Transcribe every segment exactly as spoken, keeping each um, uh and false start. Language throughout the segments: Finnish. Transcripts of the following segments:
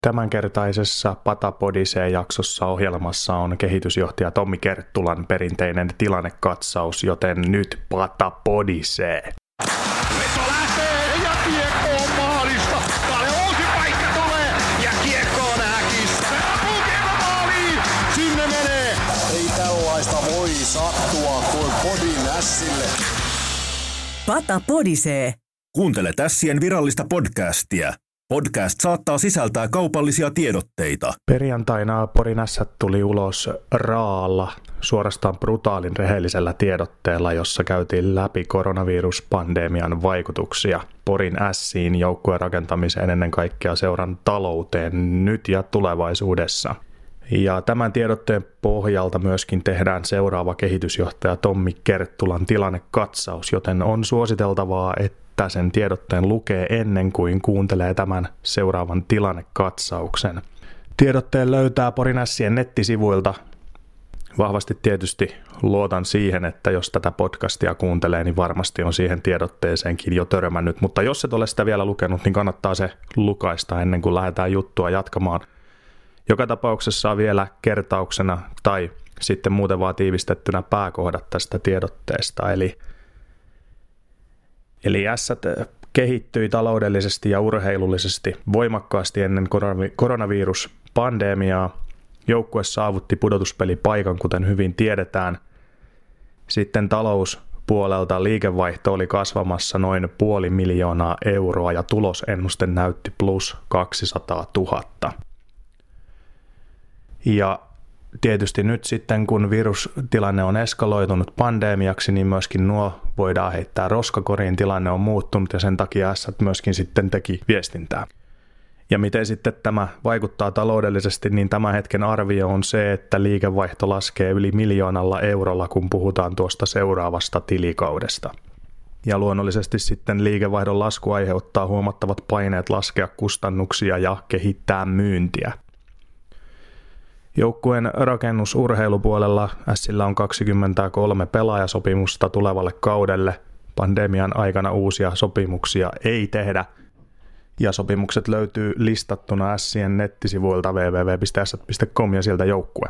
Tämänkertaisessa Patapodisee-jaksossa ohjelmassa on kehitysjohtaja Tommi Kerttulan perinteinen tilannekatsaus, joten nyt Patapodisee. Veto lähtee ja kiekko on maalista. Kalle uusi paikka tulee ja kiekko on häkissä. Se ampuu kiekko maaliin. Sinne menee. Ei tällaista voi sattua kuin Podin ässille. Patapodisee. Kuuntele Ässien virallista podcastia. Podcast saattaa sisältää kaupallisia tiedotteita. Perjantaina Porin Ässät tuli ulos raalla, suorastaan brutaalin rehellisellä tiedotteella, jossa käytiin läpi koronaviruspandemian vaikutuksia Porin Ässiin, joukkueen rakentamiseen, ennen kaikkea seuran talouteen nyt ja tulevaisuudessa. Ja tämän tiedotteen pohjalta myöskin tehdään seuraava kehitysjohtaja Tommi Kerttulan tilannekatsaus, joten on suositeltavaa, että sen tiedotteen lukee ennen kuin kuuntelee tämän seuraavan tilannekatsauksen. Tiedotteen löytää Porin Ässien nettisivuilta. Vahvasti tietysti luotan siihen, että jos tätä podcastia kuuntelee, niin varmasti on siihen tiedotteeseenkin jo törmännyt. Mutta jos et ole sitä vielä lukenut, niin kannattaa se lukaista ennen kuin lähdetään juttua jatkamaan. Joka tapauksessa vielä kertauksena tai sitten muuten vaan tiivistettynä pääkohdat tästä tiedotteesta. Eli Eli Ässät kehittyi taloudellisesti ja urheilullisesti voimakkaasti ennen koronaviruspandemiaa. Joukkue saavutti pudotuspelipaikan, kuten hyvin tiedetään. Sitten talouspuolelta liikevaihto oli kasvamassa noin puoli miljoonaa euroa ja tulosennuste näytti plus kaksisataatuhatta. Ja tietysti nyt sitten, kun virustilanne on eskaloitunut pandemiaksi, niin myöskin nuo voidaan heittää roskakoriin. Tilanne on muuttunut ja sen takia Ässät myöskin sitten teki viestintää. Ja miten sitten tämä vaikuttaa taloudellisesti, niin tämän hetken arvio on se, että liikevaihto laskee yli miljoonalla eurolla, kun puhutaan tuosta seuraavasta tilikaudesta. Ja luonnollisesti sitten liikevaihdon lasku aiheuttaa huomattavat paineet laskea kustannuksia ja kehittää myyntiä. Joukkueen rakennusurheilupuolella Ässillä on kaksikymmentäkolme pelaajasopimusta tulevalle kaudelle. Pandemian aikana uusia sopimuksia ei tehdä. Ja sopimukset löytyy listattuna Ässien nettisivuilta double-u double-u double-u piste ässät piste com ja sieltä joukkue.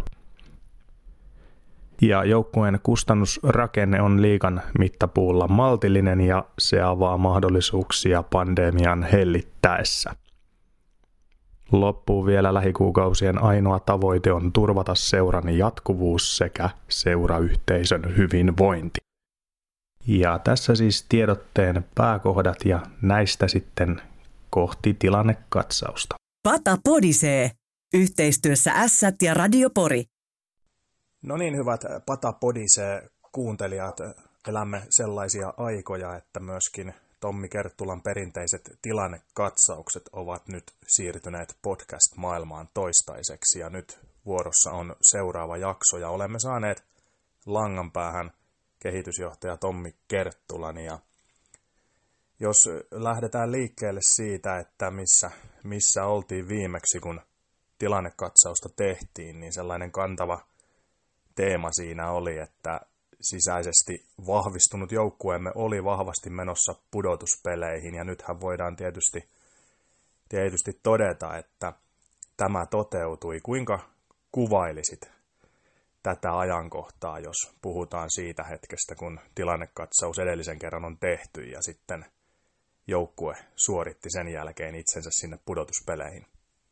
Ja joukkueen kustannusrakenne on liigan mittapuulla maltillinen ja se avaa mahdollisuuksia pandemian hellittäessä. Loppuun vielä lähikuukausien ainoa tavoite on turvata seuran jatkuvuus sekä seurayhteisön hyvinvointi. Ja tässä siis tiedotteen pääkohdat ja näistä sitten kohti tilannekatsausta. Patapodisee. Yhteistyössä Ässät ja Radio Pori. No niin, hyvät Patapodisee kuuntelijat, elämme sellaisia aikoja, että myöskin Tommi Kerttulan perinteiset tilannekatsaukset ovat nyt siirtyneet podcast-maailmaan toistaiseksi ja nyt vuorossa on seuraava jakso ja olemme saaneet langan päähän kehitysjohtaja Tommi Kerttulan ja jos lähdetään liikkeelle siitä, että missä, missä oltiin viimeksi kun tilannekatsausta tehtiin, niin sellainen kantava teema siinä oli, että sisäisesti vahvistunut joukkueemme oli vahvasti menossa pudotuspeleihin ja nythän voidaan tietysti, tietysti todeta, että tämä toteutui. Kuinka kuvailisit tätä ajankohtaa, jos puhutaan siitä hetkestä, kun tilannekatsaus edellisen kerran on tehty ja sitten joukkue suoritti sen jälkeen itsensä sinne pudotuspeleihin?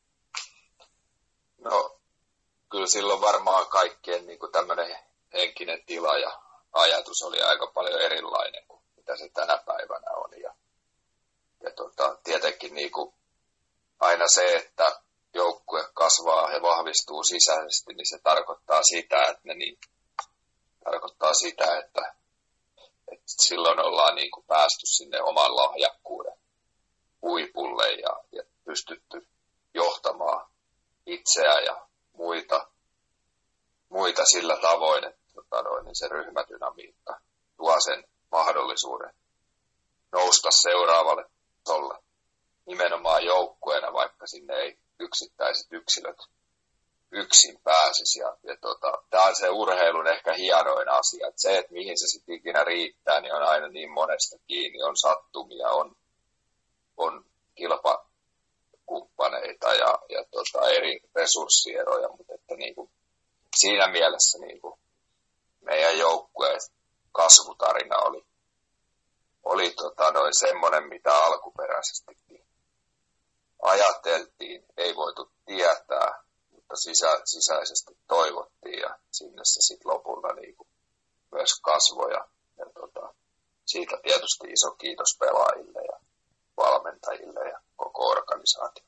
No, kyllä silloin varmaan kaikkien niin kuin tämmöinen henkinen tila ja ajatus oli aika paljon erilainen kuin mitä se tänä päivänä on. Ja, ja tota, tietenkin niin kuin aina se, että joukkue kasvaa ja vahvistuu sisäisesti, niin se tarkoittaa sitä, että, ne niin, tarkoittaa sitä, että, että silloin ollaan niin kuin päästy sinne oman lahjakkuuden huipulle ja, ja pystytty johtamaan itseä ja muita, muita sillä tavoin, että tota noin, niin se ryhmädynamiikka tuo sen mahdollisuuden nousta seuraavalle tasolle nimenomaan joukkueena, vaikka sinne ei yksittäiset yksilöt yksin pääsisi. Ja, ja tota, tämä on se urheilun ehkä hienoin asia, että se, että mihin se sitten ikinä riittää, niin on aina niin monesta kiinni, on sattumia, on, on kilpa kumppaneita ja, ja tota, eri resurssieroja, mutta että niin kuin, siinä mielessä niin kuin, meidän joukkueen kasvutarina oli, oli tota, noin semmoinen, mitä alkuperäisestikin ajateltiin, ei voitu tietää, mutta sisä, sisäisesti toivottiin ja sinne se sitten lopulta niin kuin, myös kasvoi ja, ja tota, siitä tietysti iso kiitos pelaajille ja valmentajille ja koko organisaatio.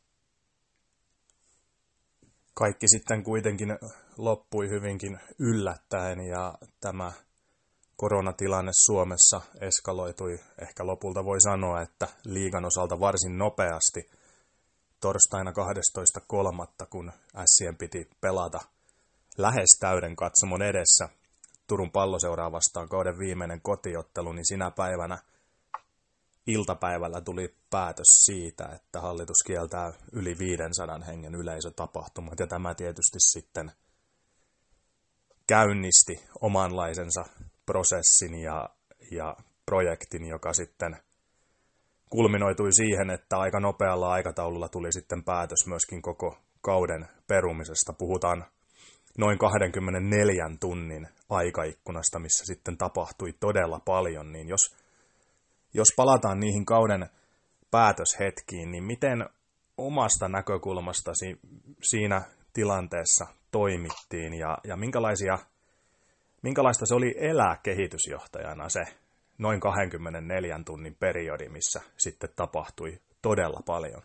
Kaikki sitten kuitenkin loppui hyvinkin yllättäen ja tämä koronatilanne Suomessa eskaloitui, ehkä lopulta voi sanoa, että liigan osalta varsin nopeasti torstaina kahdestoista kolmatta kun Ässien piti pelata lähes täyden katsomon edessä Turun Palloseuraa vastaan kauden viimeinen kotiottelu, niin sinä päivänä iltapäivällä tuli päätös siitä, että hallitus kieltää yli viisisataa hengen yleisötapahtumat, ja tämä tietysti sitten käynnisti omanlaisensa prosessin ja, ja projektin, joka sitten kulminoitui siihen, että aika nopealla aikataululla tuli sitten päätös myöskin koko kauden perumisesta. Puhutaan noin kaksikymmentäneljä tunnin aikaikkunasta, missä sitten tapahtui todella paljon, niin jos, jos palataan niihin kauden päätöshetkiin, niin miten omasta näkökulmastasi siinä tilanteessa toimittiin ja, ja minkälaisia, minkälaista se oli elää kehitysjohtajana se noin kaksikymmentäneljä tunnin periodi, missä sitten tapahtui todella paljon?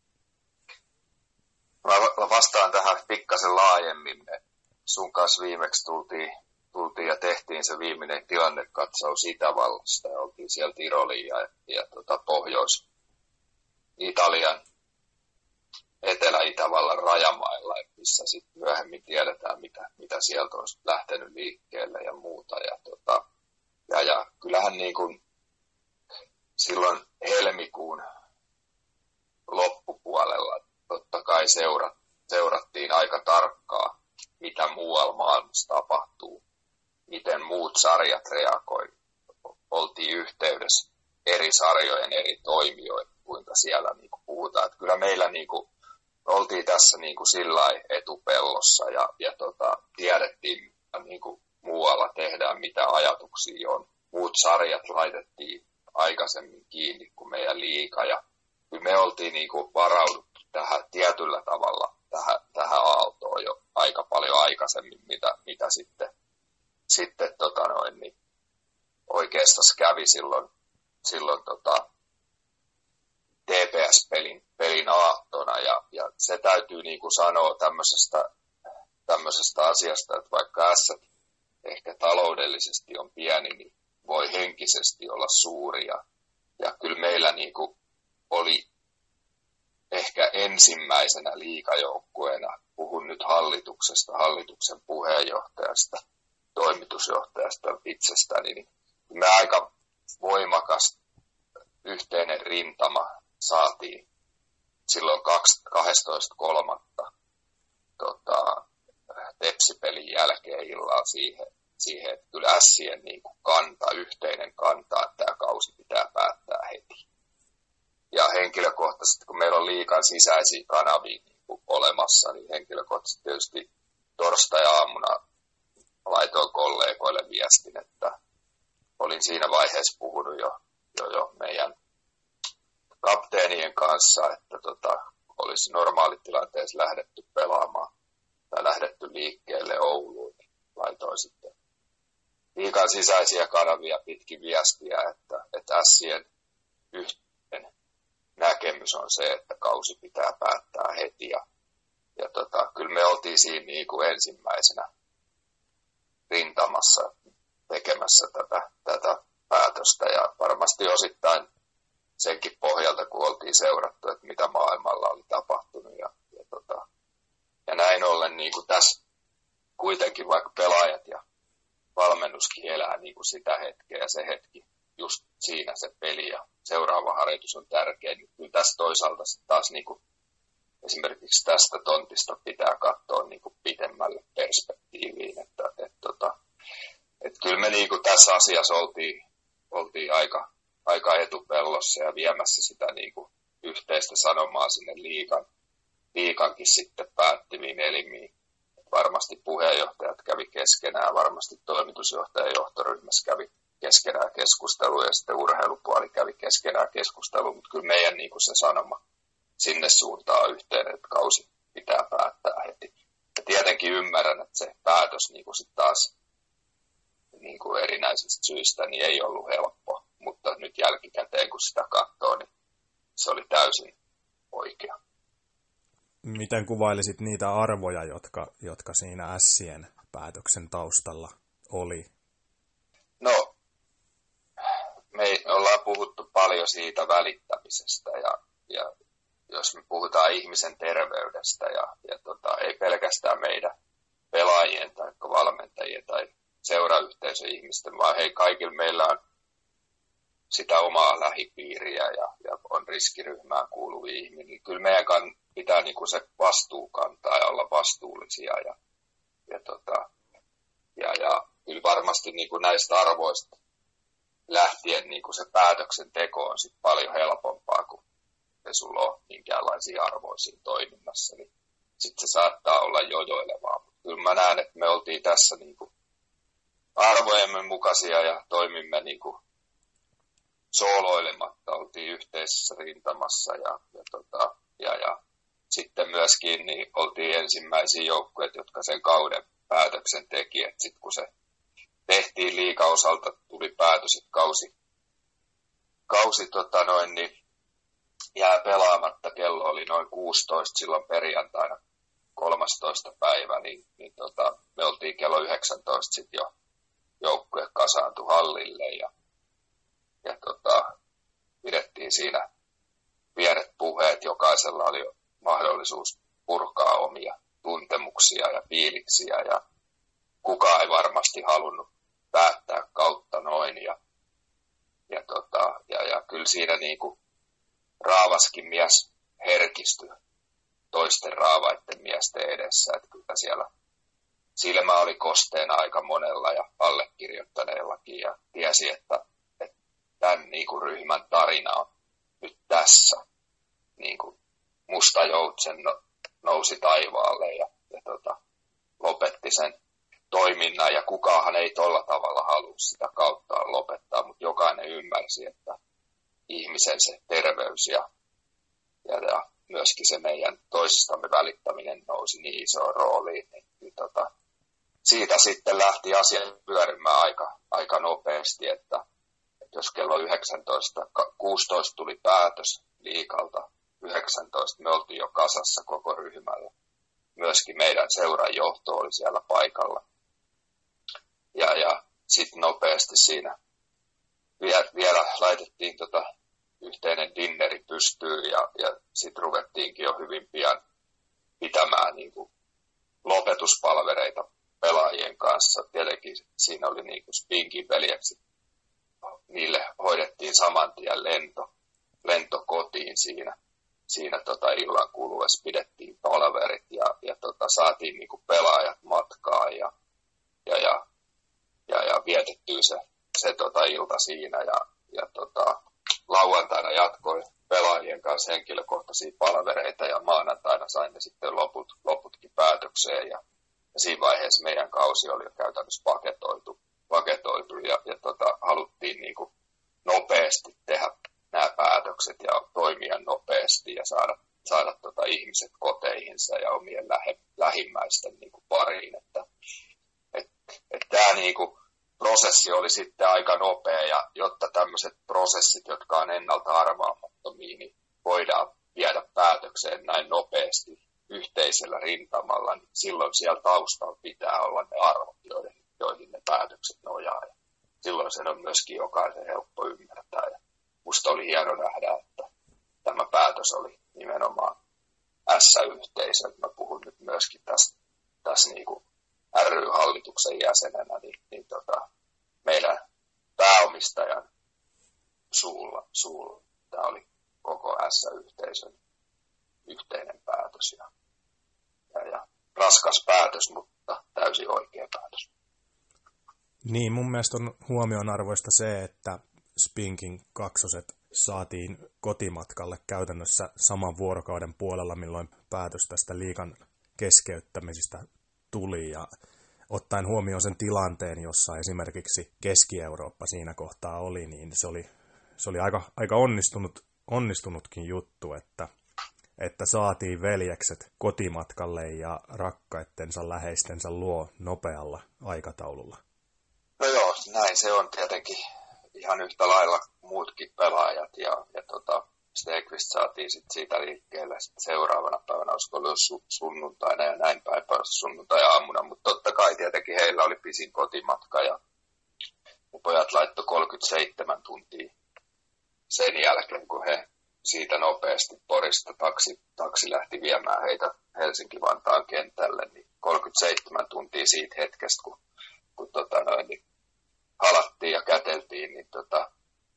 Mä vastaan tähän pikkasen laajemmin. Sun kanssa viimeksi tultiin, tultiin ja tehtiin se viimeinen tilannekatsaus Itävallasta ja oltiin siellä Tirolin ja, ja tota Pohjois-Italian Etelä-Itävallan rajamailla, missä sitten myöhemmin tiedetään, mitä, mitä sieltä on lähtenyt liikkeelle ja muuta. Ja, tota, ja, ja kyllähän niin kuin silloin helmikuun loppupuolella totta kai seurat, seurattiin aika tarkkaa, mitä muualla maailmassa tapahtuu, miten muut sarjat reagoi. Oltiin yhteydessä eri sarjojen eri toimijoille, kuinka siellä niin kuin puhutaan. Että kyllä meillä niin kuin, oltiin tässä niin kuin sillai etupellossa ja, ja tota, tiedettiin, niin kuin muualla tehdään, mitä ajatuksia on. Muut sarjat laitettiin aikaisemmin kiinni kuin meidän liiga ja kyllä me oltiin niin kuin varauduttu tähän tietyllä tavalla tähän, tähän aaltoon jo aika paljon aikaisemmin, mitä, mitä sitten, sitten tota noin, niin oikeastaan kävi silloin, silloin tota T P S-pelin pelin aattona. Ja, ja se täytyy niin kuin sanoa tämmöisestä, tämmöisestä asiasta, että vaikka ässät ehkä taloudellisesti on pieni, niin voi henkisesti olla suuri. Ja, ja kyllä meillä niin kuin oli ehkä ensimmäisenä liigajoukkueena, puhun nyt hallituksesta, hallituksen puheenjohtajasta, toimitusjohtajasta itsestäni, niin me aika voimakas yhteinen rintama saatiin silloin kahdestoista kolmatta tota, Tepsipelin jälkeen illalla siihen, siihen että kyllä ässien niin kuin kanta, yhteinen kanta, että tämä kausi pitää päättää heti. Ja henkilökohtaisesti, kun meillä on liigan sisäisiä kanavia niin kuin olemassa, niin henkilökohtaisesti tietysti torstai-aamuna laitoin kollegoille viestin, että olin siinä vaiheessa puhunut jo, jo, jo meidän kapteenien kanssa, että tota, olisi normaalitilanteessa lähdetty pelaamaan tai lähdetty liikkeelle Ouluun, niin laitoin sitten liigan sisäisiä kanavia pitkin viestiä, että, että ässien yhteen näkemys on se, että kausi pitää päättää heti. Ja, ja tota, kyllä me oltiin siinä niin kuin ensimmäisenä rintamassa tekemässä tätä, tätä päätöstä. Ja varmasti osittain senkin pohjalta, kun oltiin seurattu, että mitä maailmalla oli tapahtunut. Ja, ja, tota, ja näin ollen niin kuin tässä kuitenkin vaikka pelaajat ja valmennuskin elää niin kuin sitä hetkeä ja se hetki just siinä se peli ja seuraava harjoitus on tärkeä. Niin kyllä tässä toisaalta taas niin kuin esimerkiksi tästä tontista pitää katsoa niin kuin pitemmälle perspektiiviin. Että, et, tota, et kyllä me niin kuin tässä asiassa oltiin, oltiin aika, aika etupellossa ja viemässä sitä niin kuin yhteistä sanomaa sinne liigan, liigankin sitten päättyviin elimiin. Varmasti puheenjohtajat kävi keskenään, varmasti toimitusjohtaja ja johtoryhmässä kävi keskenään keskustelua ja sitten urheilupuoli kävi keskenään keskustelua, mutta kyllä meidän niin kuin se sanoma sinne suuntaan yhteen, että kausi pitää päättää heti. Ja tietenkin ymmärrän, että se päätös niin kuin sitten taas niin kuin erinäisistä syistä niin ei ollut helppo, mutta nyt jälkikäteen kun sitä katsoo, niin se oli täysin oikea. Miten kuvailisit niitä arvoja, jotka, jotka siinä Ässien päätöksen taustalla oli? No, me ollaan puhuttu paljon siitä välittämisestä ja, ja jos me puhutaan ihmisen terveydestä ja, ja tota, ei pelkästään meidän pelaajien tai valmentajien tai seurayhteisön ihmisten, vaan hei, kaikilla meillä on sitä omaa lähipiiriä ja, ja on riskiryhmään kuuluvia ihmisiä, niin kyllä meidän kann, pitää niin kuin se vastuu kantaa ja olla vastuullisia. Ja, ja, tota, ja, ja kyllä varmasti niin kuin näistä arvoista lähtien niin kuin se päätöksenteko on sit paljon helpompaa, kun ei sulla ole minkäänlaisia arvoja siinä toiminnassa. Niin sitten se saattaa olla jojoilevaa. Mutta kyllä mä näen, että me oltiin tässä niin kuin arvojemme mukaisia ja toimimme niin kuin sooloilematta, oltiin yhteisessä rintamassa ja, ja, tota, ja, ja sitten myöskin niin oltiin ensimmäisiä joukkueet, jotka sen kauden päätöksen teki. Sitten kun se tehtiin liigan osalta, tuli päätös, että kausi, kausi tota noin, niin jää pelaamatta. Kello oli noin kuusitoista silloin perjantaina kolmastoista päivä, niin, niin tota, me oltiin kello yhdeksäntoista sitten jo joukkue kasaantui hallille ja, ja tota, pidettiin siinä pienet puheet. Jokaisella oli mahdollisuus purkaa omia tuntemuksia ja fiiliksiä ja kukaan ei varmasti halunnut päättää kautta noin. Ja, ja, tota, ja, ja kyllä siinä niin kuin raavaskin mies herkistyi toisten raavaiden miesten edessä. Että kyllä siellä silmä oli kosteena aika monella ja allekirjoittaneellakin ja tiesi, että, että tämän niin kuin ryhmän tarina on nyt tässä. Niin kuin musta joutsen nousi taivaalle ja, ja tota, lopetti sen toiminnan ja kukaanhan ei tolla tavalla halua sitä kauttaan lopettaa, mutta jokainen ymmärsi, että ihmisen se terveys ja, ja, ja myöskin se meidän toisistamme välittäminen nousi niin isoon rooliin, niin, niin tota, siitä sitten lähti asia pyörimään aika, aika nopeasti, että, että jos kello yhdeksäntoista kuusitoista tuli päätös liigalta, yhdeksäntoista me oltiin jo kasassa koko ryhmällä. Myöskin meidän seuran johto oli siellä paikalla. Ja, ja sitten nopeasti siinä vielä, vielä laitettiin tota yhteinen dinneri pystyyn ja, ja sitten ruvettiinkin jo hyvin pian pitämään niin kuin lopetuspalvereita pelaajien kanssa. Tietenkin siinä oli niin kuin Spinkin veljekset. Niille hoidettiin saman tien lento, lento kotiin siinä. Siinä tota illan kuluessa pidettiin palverit ja, ja tota, saatiin niinku pelaajat matkaan ja, ja, ja, ja, ja vietettyä se, se tota ilta siinä. Ja, ja tota, lauantaina jatkoi pelaajien kanssa henkilökohtaisia palvereita ja maanantaina saimme sitten loput, loputkin päätökseen. Ja, ja siinä vaiheessa meidän kausi oli jo käytännössä paketoitu, paketoitu ja, ja tota, haluttiin niinku nopeasti tehdä nämä päätökset ja toimia nopeasti ja saada, saada tota ihmiset koteihinsa ja omien lähe, lähimmäisten niin kuin pariin. Että, et, et tämä niin kuin prosessi oli sitten aika nopea ja jotta tämmöiset prosessit, jotka on ennalta arvaamattomia, niin voidaan viedä päätökseen näin nopeasti yhteisellä rintamalla, niin silloin siellä taustalla pitää olla ne arvot, joihin, joihin ne päätökset nojaa. Ja silloin sen on myöskin jokaisen helppo ymmärtää. Ja musta oli hieno nähdä, että tämä päätös oli nimenomaan S-yhteisö. Mä puhun nyt myöskin tässä, tässä niin kuin ry-hallituksen jäsenenä, niin, niin tota, meidän pääomistajan suulla, suulla. Tämä oli koko S-yhteisön yhteinen päätös. Ja, ja, ja raskas päätös, mutta täysin oikea päätös. Niin, mun mielestä on huomionarvoista se, että Spinkin kaksoset saatiin kotimatkalle käytännössä saman vuorokauden puolella, milloin päätös tästä liigan keskeyttämisestä tuli. Ja ottaen huomioon sen tilanteen, jossa esimerkiksi Keski-Eurooppa siinä kohtaa oli, niin se oli, se oli aika, aika onnistunut, onnistunutkin juttu, että, että saatiin veljekset kotimatkalle ja rakkaittensa läheistensä luo nopealla aikataululla. No joo, näin se on tietenkin ihan yhtä lailla muutkin pelaajat ja, ja tota, Stegqvist saatiin sit siitä liikkeelle sit seuraavana päivänä, olisiko ollut su- sunnuntaina ja näin päin sunnuntai-aamuna, mutta totta kai tietenkin heillä oli pisin kotimatka ja pojat laittoi kolmekymmentäseitsemän tuntia sen jälkeen, kun he siitä nopeasti Porista taksi, taksi lähti viemään heitä Helsinki-Vantaan kentälle, niin kolmekymmentäseitsemän tuntia siitä hetkestä, kun, kun tota noin, niin halattiin ja käteltiin, niin tota,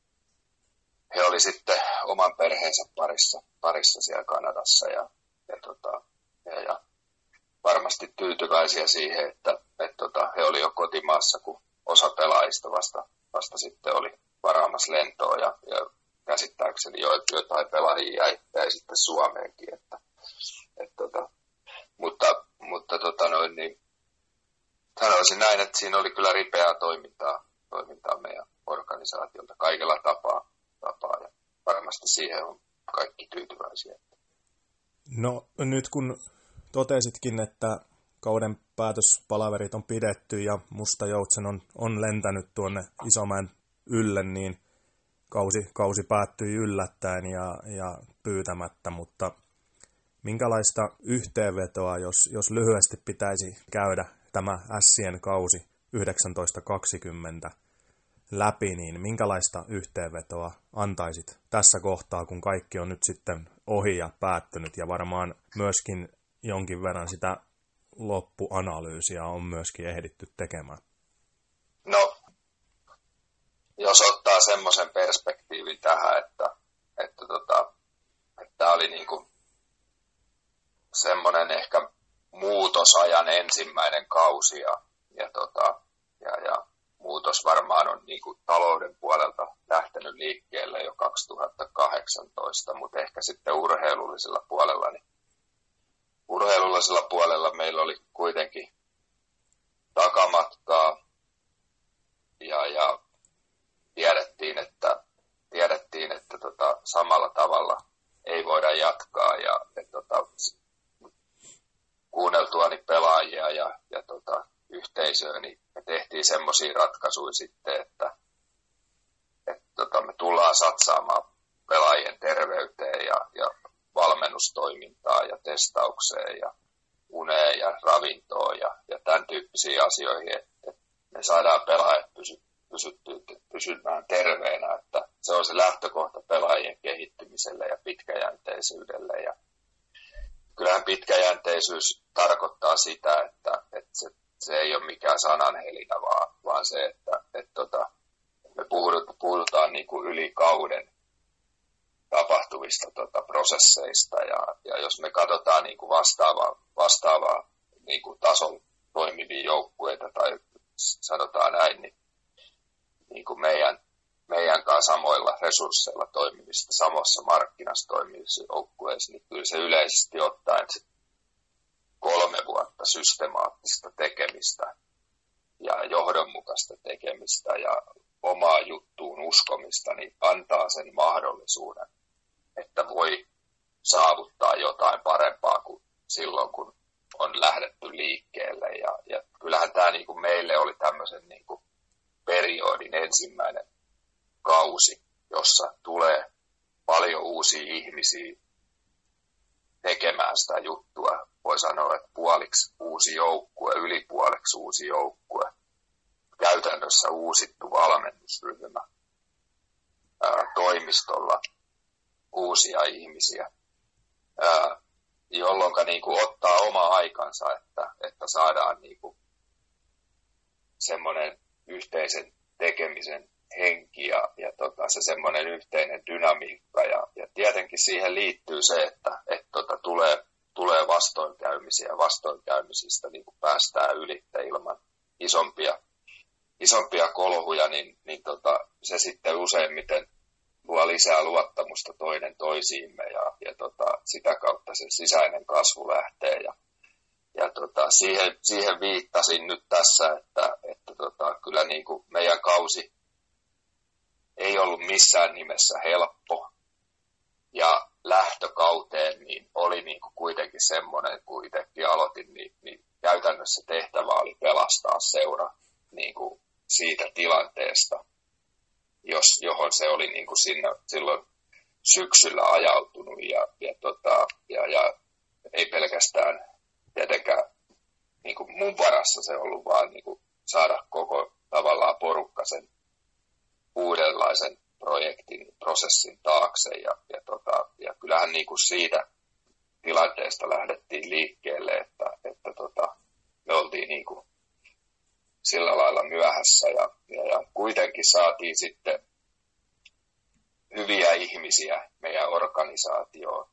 he oli sitten oman perheensä parissa, parissa siellä Kanadassa ja, ja, tota, ja, ja varmasti tyytyväisiä siihen, että et tota, he oli jo kotimaassa, kun osa pelaajista vasta, vasta sitten oli varaamassa lentoa ja, ja käsittääkseni jo, jotain pelaajia jäi, jäi sitten Suomeenkin. Että, et tota, mutta mutta tota noin, niin, sanoisin näin, että siinä oli kyllä ripeää toimintaa, toimintaa meidän organisaatiolta kaikella tapaa. tapaa ja varmasti siihen on kaikki tyytyväisiä. No nyt kun totesitkin, että kauden päätöspalaverit on pidetty ja Musta Joutsen on, on lentänyt tuonne Isomäen ylle, niin kausi, kausi päättyi yllättäen ja, ja pyytämättä, mutta minkälaista yhteenvetoa, jos, jos lyhyesti pitäisi käydä tämä Ässien kausi yhdeksäntoista kaksikymmentä läpi, niin minkälaista yhteenvetoa antaisit tässä kohtaa, kun kaikki on nyt sitten ohi ja päättynyt ja varmaan myöskin jonkin verran sitä loppuanalyysiä on myöskin ehditty tekemään? No, jos ottaa semmoisen perspektiivin tähän, että, että, tota, että tämä oli niinku semmoinen ehkä muutosajan ensimmäinen kausi ja, ja, tota, ja, ja muutos varmaan on niin kuin talouden puolelta lähtenyt liikkeelle jo kaksituhattakahdeksantoista, mutta ehkä sitten urheilullisella puolella, niin urheilullisella puolella meillä oli kuitenkin takamatkaa ja, ja tiedettiin, että, tiedettiin, että tota, samalla tavalla ei voida jatkaa ja et, tota, kuunneltuani pelaajia ja, ja tota, yhteisöä, niin me tehtiin semmoisia ratkaisuja sitten, että, että tota, me tullaan satsaamaan pelaajien terveyteen ja, ja valmennustoimintaan ja testaukseen ja uneen ja ravintoon ja, ja tämän tyyppisiin asioihin, että me saadaan pelaajat pysy, pysyttyä, pysymään terveenä, että se on se lähtökohta pelaajien kehittymiselle ja pitkäjänteisyydelle. Ja kyllähän pitkäjänteisyys tarkoittaa sitä, että, että se Se ei ole mikään sananhelinä, vaan, vaan se, että et tota, me puhutaan, puhutaan niin kuin yli kauden tapahtuvista tota, prosesseista. Ja, ja jos me katsotaan niin kuin vastaavaa, vastaavaa niin kuin tason toimivia joukkueita, tai sanotaan näin, niin, niin kuin meidän, meidän kanssa samoilla resursseilla toimivista, samassa markkinassa toimivissa joukkueissa, niin kyllä se yleisesti ottaen kolme vuotta systemaattista tekemistä ja johdonmukaista tekemistä ja omaa juttuun uskomista, niin antaa sen mahdollisuuden, että voi saavuttaa jotain parempaa kuin silloin, kun on lähdetty liikkeelle. Ja, ja kyllähän tämä niin kuin meille oli tämmöisen niin kuin periodin ensimmäinen kausi, jossa tulee paljon uusia ihmisiä tekemään sitä juttua. Voi sanoa, että puoliksi uusi joukkue, yli puoleksi uusi joukkue, käytännössä uusittu valmennusryhmä, ää, toimistolla uusia ihmisiä, ää, jolloin niin kuin ottaa oma aikansa, että, että saadaan niin kuin semmoinen yhteisen tekemisen henki ja, ja tota, se semmoinen yhteinen dynamiikka. Ja, ja tietenkin siihen liittyy se, että et, tota, tulee, tulee vastoinkäymisiä. Vastoinkäymisistä niin kuin päästään yli ilman isompia, isompia kolhuja, niin, niin tota, se sitten useimmiten luo lisää luottamusta toinen toisiimme ja, ja tota, sitä kautta se sisäinen kasvu lähtee. Ja, ja tota, siihen, siihen viittasin nyt tässä, että, että tota, kyllä niin kuin meidän kausi ei ollut missään nimessä helppo. Ja lähtökauteen niin oli niin kuin kuitenkin semmoinen, kun itsekin aloitin, niin, niin käytännössä tehtävä oli pelastaa seura niin kuin siitä tilanteesta, jos, johon se oli niin kuin sinne, silloin syksyllä ajautunut. Ja, ja, tota, ja, ja ei pelkästään tietenkään niin kuin mun varassa se ollut, vaan niin kuin saada koko tavallaan porukka sen uudenlaisen projektin, prosessin taakse. Ja, ja, tota, ja kyllähän niin kuin siitä tilanteesta lähdettiin liikkeelle, että, että tota, me oltiin niin kuin sillä lailla myöhässä ja, ja, ja kuitenkin saatiin sitten hyviä ihmisiä meidän organisaatioon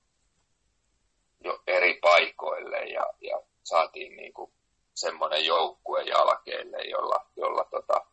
jo eri paikoille ja, ja saatiin niin kuin semmoinen joukkue jalkeille, jolla, jolla tota,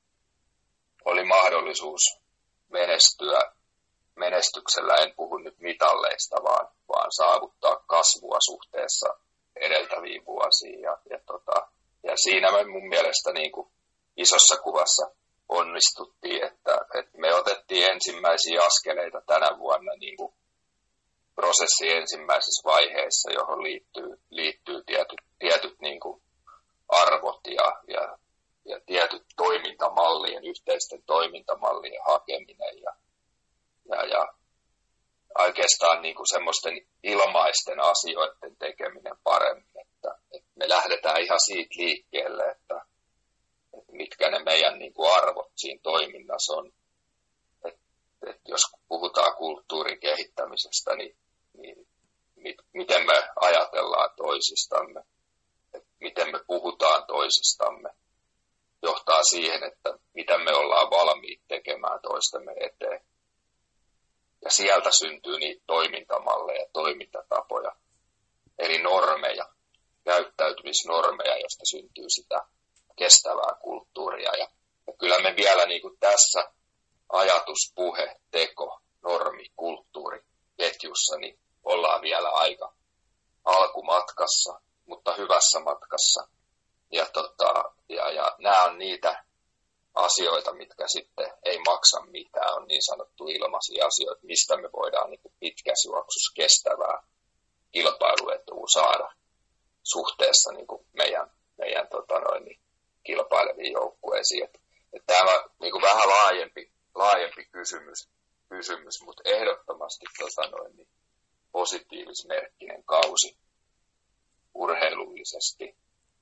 oli mahdollisuus menestyä menestyksellä, en puhu nyt mitalleista, vaan, vaan saavuttaa kasvua suhteessa edeltäviin vuosiin. Ja, ja, tota, ja siinä me mun mielestä niin kuin isossa kuvassa onnistuttiin, että, että me otettiin ensimmäisiä askeleita tänä vuonna niin kuin prosessin ensimmäisessä vaiheessa, johon liittyy, liittyy tietyt, tietyt niin kuin arvot ja, ja, ja tietyt toimintamallien, yhteisten toimintamallien hakeminen ja, ja, ja oikeastaan niin kuin semmoisten ilmaisten asioiden tekeminen paremmin, että, että me lähdetään ihan siitä liikkeelle, että, että mitkä ne meidän niin kuin arvot siinä toiminnassa on. Että, että jos puhutaan kulttuurin kehittämisestä, niin, niin mit, miten me ajatellaan toisistamme, että miten me puhutaan toisistamme, johtaa siihen, että mitä me ollaan valmiit tekemään toistemme eteen. Ja sieltä syntyy niitä toimintamalleja, toimintatapoja, eli normeja, käyttäytymisnormeja, joista syntyy sitä kestävää kulttuuria. Ja, ja kyllä me vielä niin kuin tässä ajatus, puhe, teko, normi, kulttuuri ketjussa, niin ollaan vielä aika alkumatkassa, mutta hyvässä matkassa. Ja, tota, ja, ja nämä on niitä asioita, mitkä sitten ei maksa mitään, on niin sanottu ilmaisia asioita, mistä me voidaan niin kuin pitkässä juoksussa kestävää kilpailuetua saada suhteessa niin kuin meidän, meidän tota noin, niin kilpaileviin joukkueisiin. Et, et tämä on niin kuin vähän laajempi, laajempi kysymys, kysymys, mutta ehdottomasti tota noin, niin positiivismerkkinen kausi urheilullisesti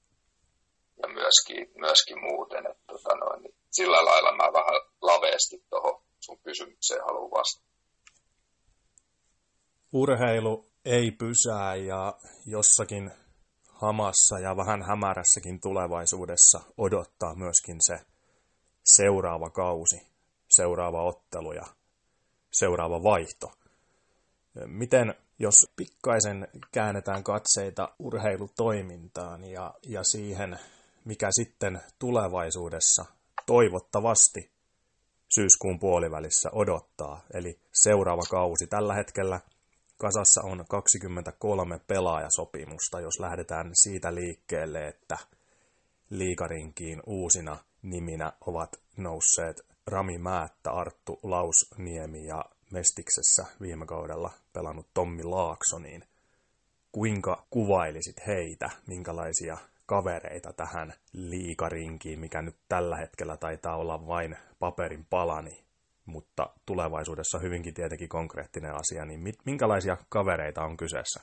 ja myöskin, myöskin muuten. Et, tota noin, niin sillä lailla mä vähän laveasti tuohon sun kysymykseen haluan vastata. Urheilu ei pysää ja jossakin hamassa ja vähän hämärässäkin tulevaisuudessa odottaa myöskin se seuraava kausi, seuraava ottelu ja seuraava vaihto. Miten, jos pikkaisen käännetään katseita urheilutoimintaan ja, ja siihen, mikä sitten tulevaisuudessa toivottavasti syyskuun puolivälissä odottaa, eli seuraava kausi. Tällä hetkellä kasassa on kaksikymmentäkolme pelaajasopimusta, jos lähdetään siitä liikkeelle, että liigarinkiin uusina niminä ovat nousseet Rami Määttä, Arttu Lausniemi ja Mestiksessä viime kaudella pelannut Tommi Laakso, niin kuinka kuvailisit heitä, minkälaisia kavereita tähän liigarinkiin, mikä nyt tällä hetkellä taitaa olla vain paperin palani, mutta tulevaisuudessa hyvinkin tietenkin konkreettinen asia, niin minkälaisia kavereita on kyseessä?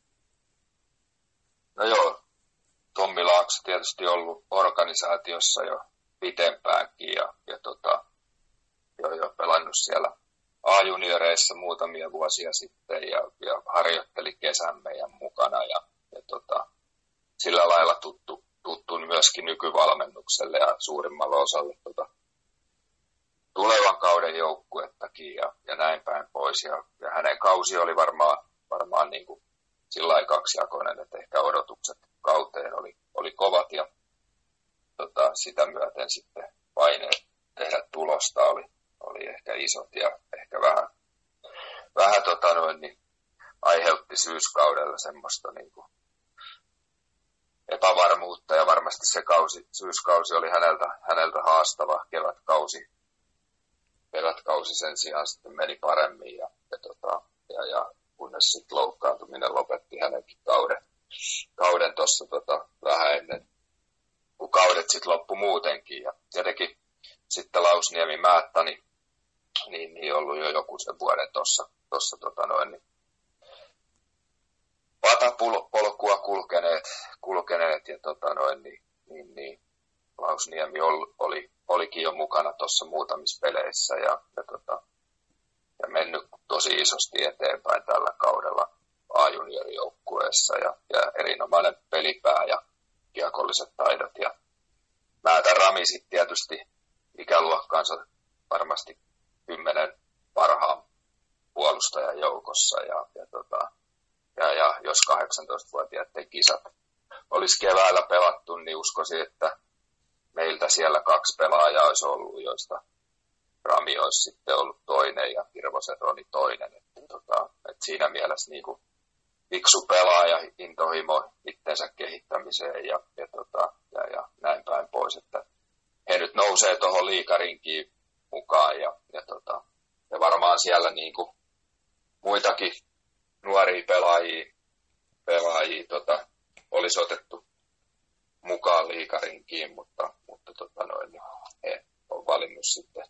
No joo, Tommi Laakso tietysti ollut organisaatiossa jo pitempäänkin ja, ja tota, jo, jo pelannut siellä A-junioreissa muutamia vuosia sitten ja, ja harjoitteli kesän meidän mukana ja, ja tota, sillä lailla tuttu, tuttu myöskin nykyvalmennukselle ja suurimmalle osalle tota, tulevan kauden joukkuettakin ja, ja näin päin pois. Ja, ja hänen kausi oli varmaan, varmaan niin kuin sillä lailla kaksijakoinen, että ehkä odotukset kauteen oli, oli kovat ja tota, sitä myöten sitten paineet tehdä tulosta oli, oli ehkä isot ja ehkä vähän tota noin, niin aiheutti syyskaudella semmoista niin kuin epävarmuutta, ja varmasti se kausi, syyskausi oli häneltä, häneltä haastava. Kevätkausi, kevätkausi sen sijaan sitten meni paremmin, ja, ja, tota, ja, ja kunnes sitten loukkaantuminen lopetti hänenkin kauden, kauden tuossa tota, vähän ennen, kun kaudet sitten loppui muutenkin. Ja tietenkin sitten Lausniemi Määttä, niin, niin, niin ollut jo joku sen vuoden tuossa, tuossa tota noin, niin patapolkua kulkeneet, kulkeneet ja tota noin, niin, niin, niin Lausniemi oli, oli, olikin jo mukana tuossa muutamissa peleissä ja, ja, tota, ja mennyt tosi isosti eteenpäin tällä kaudella A-juniorijoukkueessa ja, ja erinomainen pelipää ja kiekolliset taidot. Ja Määtä Rami sitten tietysti ikäluokkaansa varmasti kymmenen parhaan puolustajan joukossa ja, ja tota, Ja, ja jos kahdeksantoistavuotiaiden kisat olisi keväällä pelattu, niin uskoisin, että meiltä siellä kaksi pelaajaa olisi ollut, joista Rami olisi sitten ollut toinen ja Hirvosen Roni toinen. Että, tota, että siinä mielessä niin kuin fiksu pelaaja, intohimo itsensä kehittämiseen ja, ja, tota, ja, ja näin päin pois. Että he nyt nousee tuohon liigarinkiin mukaan ja, ja, tota, ja varmaan siellä niin kuin muitakin nuoria pelaajia, pelaajia tota, olisi otettu mukaan liigarinkiin, mutta, mutta tota noin, he on valinnut sitten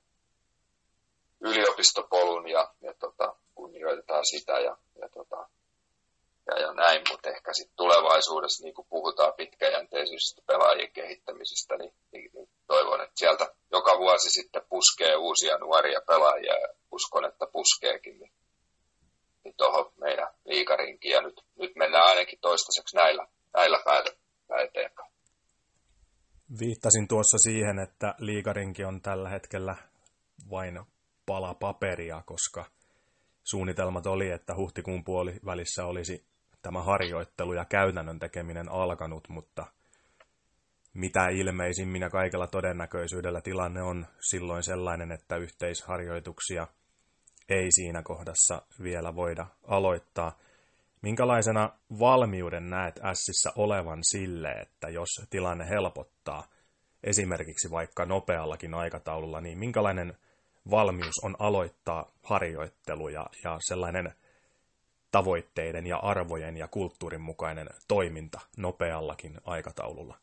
yliopistopolun ja, ja tota, kunnioitetaan sitä ja, ja, tota, ja, ja näin, mutta ehkä sitten tulevaisuudessa, niin kun puhutaan pitkäjänteisyydestä pelaajien kehittämisestä, niin, niin, niin toivon, että sieltä joka vuosi sitten puskee uusia nuoria pelaajia ja uskon, että puskeekin. Niin, niin tuohon meidän liigarinkiin ja nyt, nyt mennään ainakin toistaiseksi näillä, näillä päätä eteenpäin. Viittasin tuossa siihen, että liigarinki on tällä hetkellä vain pala paperia, koska suunnitelmat oli, että huhtikuun puolivälissä olisi tämä harjoittelu ja käytännön tekeminen alkanut, mutta mitä ilmeisimmin ja kaikella todennäköisyydellä tilanne on silloin sellainen, että yhteisharjoituksia ei siinä kohdassa vielä voida aloittaa. Minkälaisena valmiuden näet Ässissä olevan sille, että jos tilanne helpottaa esimerkiksi vaikka nopeallakin aikataululla, niin minkälainen valmius on aloittaa harjoittelu ja, ja sellainen tavoitteiden ja arvojen ja kulttuurin mukainen toiminta nopeallakin aikataululla?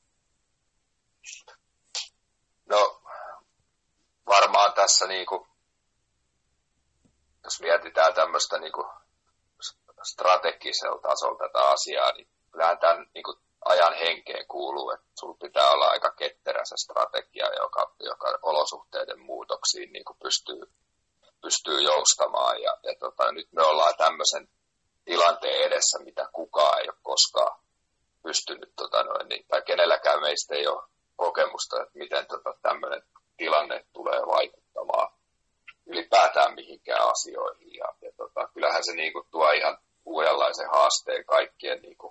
No varmaan tässä niinku, jos mietitään tämmöistä niinku strategisella tasolla tätä asiaa, niin kyllähän tämän niinku ajan henkeen kuuluu, että sulla pitää olla aika ketterä se strategia, joka, joka olosuhteiden muutoksiin niinku pystyy, pystyy joustamaan. Ja, ja tota, nyt me ollaan tämmöisen tilanteen edessä, mitä kukaan ei ole koskaan pystynyt, tota noin, niin, tai kenelläkään meistä ei ole kokemusta, että miten tota, tämmöinen tilanne tulee vaikuttamaan ylipäätään mihinkään asioihin. Ja, ja tota, kyllähän se niinku tuo ihan uudenlaisen haasteen kaikkien niinku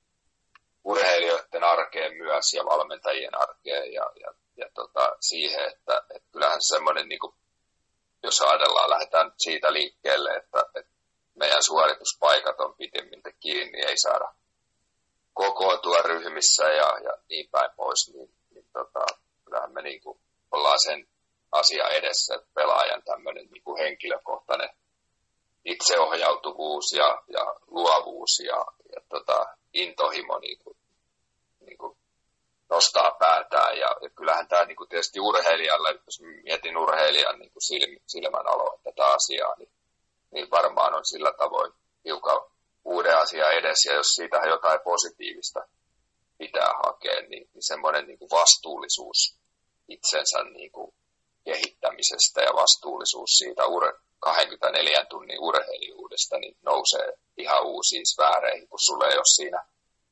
urheilijoiden arkeen myös ja valmentajien arkeen ja, ja, ja tota, siihen, että et kyllähän semmoinen, niinku, jos ajatellaan, lähdetään siitä liikkeelle, että et meidän suorituspaikat on pidemmiltä kiinni, ei saada kokoontua ryhmissä ja, ja niin päin pois, niin, niin tota, kyllähän me niinku ollaan sen asia edessä, että pelaajan tämmöinen niinku henkilökohtainen itseohjautuvuus ja, ja luovuus ja, ja tota, intohimo niinku, niinku nostaa päätään. Ja, ja kyllähän tämä niinku tietysti urheilijalle, jos mietin urheilijan niinku silm, silmän aloa tätä asiaa, niin, niin varmaan on sillä tavoin hiukan uuden asian edessä. Ja jos siitä jotain positiivista pitää hakea, niin, niin semmoinen niinku vastuullisuus itsensä niinku kehittämisestä ja vastuullisuus siitä ur- kaksikymmentäneljä tunnin urheilijuudesta niin nousee ihan uusiin sfääreihin, kun sulla ei ole siinä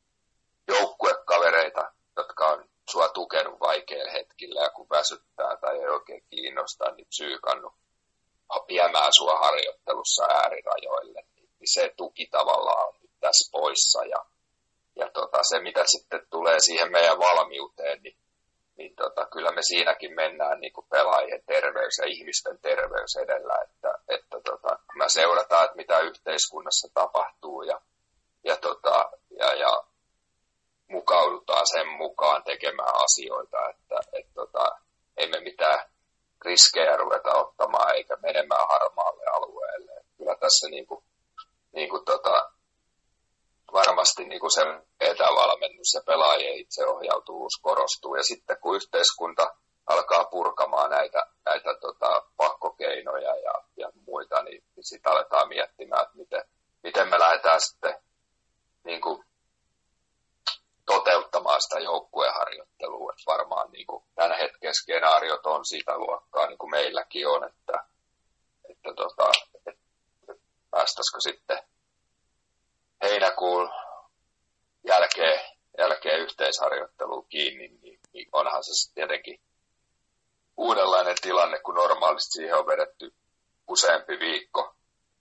joukkuekavereita, jotka on sua tukenut vaikeilla hetkillä ja kun väsyttää tai ei oikein kiinnostaa, niin psyykannut viemään sua harjoittelussa äärirajoille. Niin se tuki tavallaan on nyt tässä poissa ja, ja tota, se mitä sitten tulee siihen meidän valmiuteen, niin niin tota, kyllä me siinäkin mennään niin kuin pelaajien terveys ja ihmisten terveys edellä, että, että tota, me seurataan, että mitä yhteiskunnassa tapahtuu ja, ja, tota, ja, ja mukaudutaan sen mukaan tekemään asioita, että et, tota, emme mitään riskejä ruveta ottamaan eikä menemään harmaalle alueelle. Et kyllä tässä niin kuin, niin kuin, tota, varmasti niin kuin se etävalmennus ja pelaajien itseohjautuvuus korostuu. Ja sitten kun yhteiskunta alkaa purkamaan näitä, näitä tota, pakkokeinoja ja, ja muita, niin, niin sitten aletaan miettimään, että miten, miten me lähdetään sitten niin kuin, toteuttamaan sitä joukkueharjoittelua. Että varmaan niin kuin, tämän hetken skenaariot on sitä luokkaa, niin kuin meilläkin on, että, että, tota, että päästäisikö sitten heinäkuun jälkeen, jälkeen yhteisharjoitteluun kiinni, niin, niin onhan se tietenkin uudenlainen tilanne, kun normaalisti siihen on vedetty useampi viikko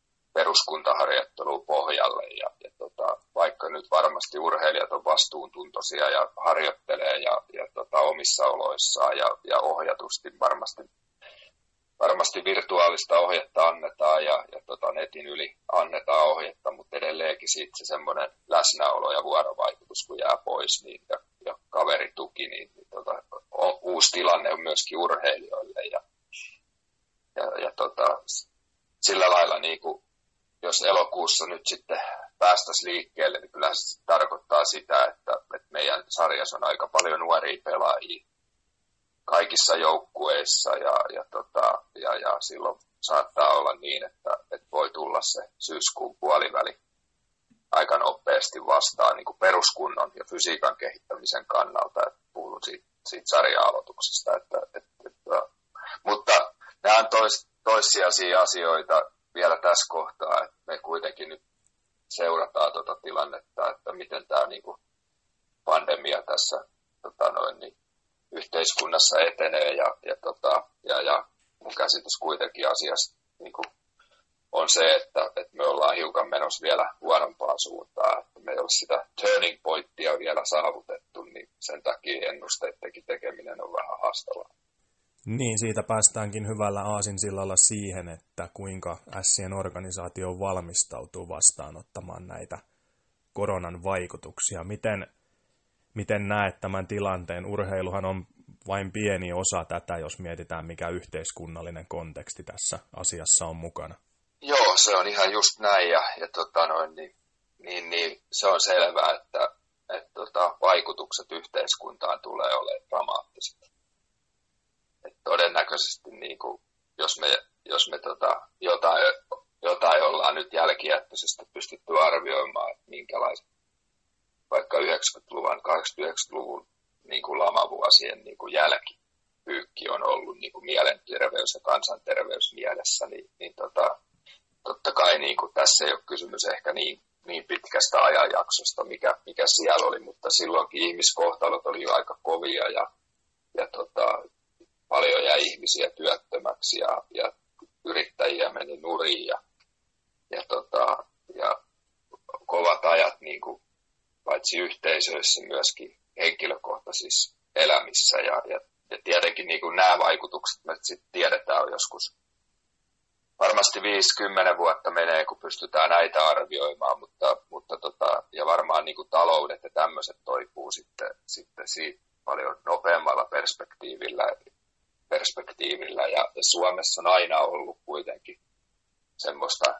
peruskuntaharjoittelua pohjalle. Ja, ja tota, vaikka nyt varmasti urheilijat on vastuuntuntoisia ja harjoittelee ja, ja tota, omissa oloissaan ja, ja ohjatusti varmasti, varmasti virtuaalista ohjetta annetaan ja, ja tota, netin yli annetaan ohjetta, mutta edelleenkin siitä se semmoinen läsnäolo ja vuorovaikutus, kun jää pois niin, ja, ja kaverituki, niin, niin tota, on, uusi tilanne on myöskin urheilijoille. Ja, ja, ja tota, sillä lailla, niin kuin, jos elokuussa nyt sitten päästäisiin liikkeelle, niin kyllä se tarkoittaa sitä, että, että meidän sarjassa on aika paljon nuoria pelaajia kaikissa joukkueissa ja, ja, tota, ja, ja silloin saattaa olla niin, että, että voi tulla se syyskuun puoliväli aika nopeasti vastaan niin kuin peruskunnon ja fysiikan kehittämisen kannalta. Että puhun siitä, siitä sarja-aloituksesta. Että, että, että, mutta nämä on tois, toissijaisia asioita vielä tässä kohtaa, että me kuitenkin nyt seurataan tuota tilannetta, että miten tämä niin kuin pandemia tässä tota noin, niin yhteiskunnassa etenee ja, ja, tota, ja, ja mun käsitys kuitenkin asiasta niin kuin on se, että, että me ollaan hiukan menossa vielä huonompaan suuntaan, että me ei ole sitä turning pointtia vielä saavutettu, niin sen takia ennusteidenkin tekeminen on vähän haastavaa. Niin, siitä päästäänkin hyvällä aasinsillalla siihen, että kuinka Ässien organisaatio valmistautuu vastaanottamaan näitä koronan vaikutuksia. Miten, miten näet tämän tilanteen? Urheiluhan on vain pieni osa tätä, jos mietitään, mikä yhteiskunnallinen konteksti tässä asiassa on mukana. Joo, se on ihan just näin, ja, ja tota noin, niin, niin, niin, se on selvää, että et, tota, vaikutukset yhteiskuntaan tulee olemaan dramaattiset. Et todennäköisesti, niin kuin, jos me, jos me tota, jotain, jotain ollaan nyt jälkijättöisesti pystytty arvioimaan, että minkälaiset vaikka yhdeksänkymmentäluvun, kahdeksankymmentäluvun niin kuin lamavuosien niin kuin jälkipyykki on ollut niin kuin mielenterveys ja kansanterveys mielessä, niin, niin tota, totta kai niin kuin tässä ei ole kysymys ehkä niin, niin pitkästä ajanjaksosta, mikä, mikä siellä oli, mutta silloinkin ihmiskohtalot oli jo aika kovia ja, ja tota, paljon jäi ihmisiä työttömäksi ja, ja yrittäjiä meni nurin ja, ja, tota, ja kovat ajat niin kuin, paitsi yhteisöissä myöskin henkilökohtaisissa elämissä ja, ja, ja tietenkin niin kuin nämä vaikutukset me sitten tiedetään joskus. Varmasti viisikymmentä vuotta menee, kun pystytään näitä arvioimaan, mutta, mutta tota, ja varmaan niin kuin taloudet ja tämmöiset toipuu sitten, sitten siitä paljon nopeammalla perspektiivillä, perspektiivillä. Ja, ja Suomessa on aina ollut kuitenkin semmoista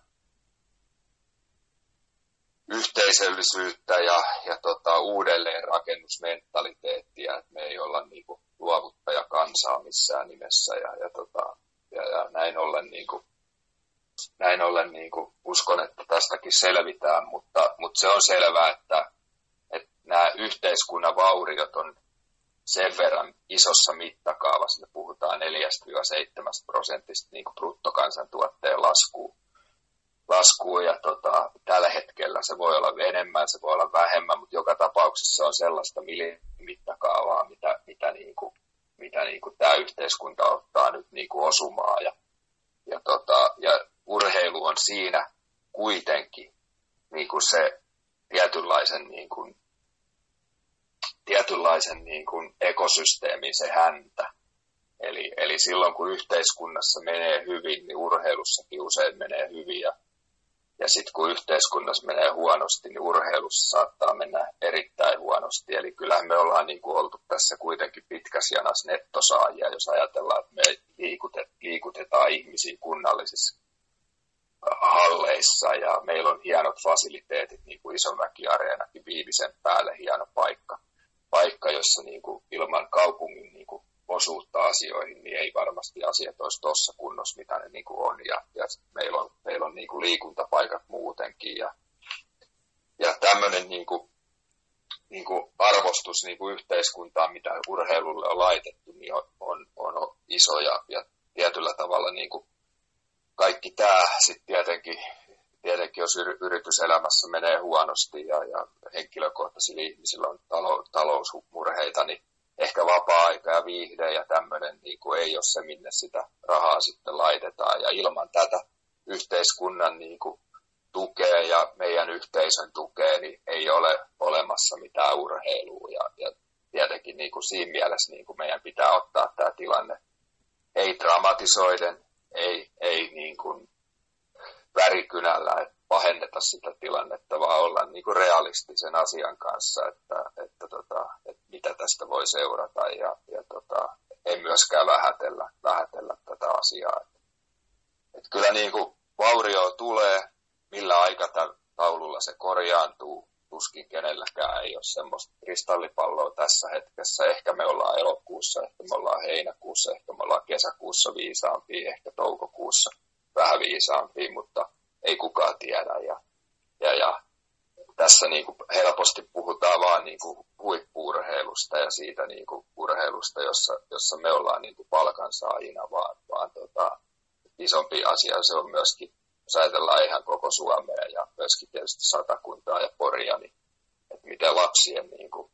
yhteisöllisyyttä ja, ja tota, uudelleenrakennusmentaliteettia, että me ei olla niin kuin luovuttajakansaa missään nimessä ja, ja, tota, ja, ja näin ollen niin kuin Näin ollen niin kuin uskon, että tästäkin selvitään, mutta, mutta se on selvää, että, että nämä yhteiskunnan vauriot on sen verran isossa mittakaavassa. Me puhutaan neljästä seitsemästä prosentista niin kuin bruttokansantuotteen laskuun. laskuun ja tota, tällä hetkellä se voi olla enemmän, se voi olla vähemmän, mutta joka tapauksessa on sellaista mittakaavaa, mitä, mitä, niin kuin, mitä niin kuin tämä yhteiskunta ottaa nyt niin kuin osumaan. Ja, ja, tota, ja urheilu on siinä kuitenkin niin kuin se tietynlaisen, niin kuin, tietynlaisen niin kuin ekosysteemin se häntä. Eli, eli silloin kun yhteiskunnassa menee hyvin, niin urheilussakin usein menee hyvin. Ja, ja sitten kun yhteiskunnassa menee huonosti, niin urheilussa saattaa mennä erittäin huonosti. Eli kyllähän me ollaan niin kuin oltu tässä kuitenkin pitkässä janassa nettosaajia, jos ajatellaan, että me liikutet, liikutetaan ihmisiä kunnallisissa halleissa ja meillä on hienot fasiliteetit, niin kuin Isomäki-areenakin Viivisen päälle hieno paikka, paikka jossa niin kuin ilman kaupungin niin kuin osuutta asioihin, niin ei varmasti asiat olisi tuossa kunnossa, mitä ne niin kuin on. Ja, ja meillä on, meillä on niin kuin liikuntapaikat muutenkin. Ja, ja tämmöinen niin kuin, niin kuin arvostus niin kuin yhteiskuntaan, mitä urheilulle on laitettu, niin on, on, on iso. Ja, ja tietyllä tavalla niin kuin kaikki tämä sitten tietenkin, tietenkin, jos yrityselämässä menee huonosti ja, ja henkilökohtaisilla ihmisillä on talo, talousmurheita, niin ehkä vapaa-aika ja viihde ja tämmöinen niin kuin ei ole se, minne sitä rahaa sitten laitetaan. Ja ilman tätä yhteiskunnan niin kuin tukea ja meidän yhteisön tukea, niin ei ole olemassa mitään urheilua. Ja, ja tietenkin niin kuin siinä mielessä niin kuin meidän pitää ottaa tämä tilanne ei dramatisoiden, ei, ei niin kuin värikynällä, että pahenneta sitä tilannetta, vaan olla niin kuin realistisen asian kanssa, että, että, tota, että mitä tästä voi seurata ja, ja tota, ei myöskään vähätellä, vähätellä tätä asiaa. Että, että kyllä niin kuin vaurio tulee, millä aikataululla se korjaantuu, tuskin kenelläkään ei ole semmoista kristallipalloa tässä hetkessä. Ehkä me ollaan elokuussa, ehkä me ollaan heinäkuussa, ehkä me ollaan kesäkuussa viisaampia, ehkä toukokuussa vähän viisaampia, mutta ei kukaan tiedä. Ja, ja, ja tässä niin kuin helposti puhutaan vaan niin kuin huippu-urheilusta ja siitä niin kuin urheilusta, jossa, jossa me ollaan niin kuin palkansaajina, vaan, vaan tota, isompi asia se on myöskin, jos ajatellaan ihan koko Suomea ja myöskin tietysti Satakuntaa ja Poria, niin että miten lapsien, niin kuin,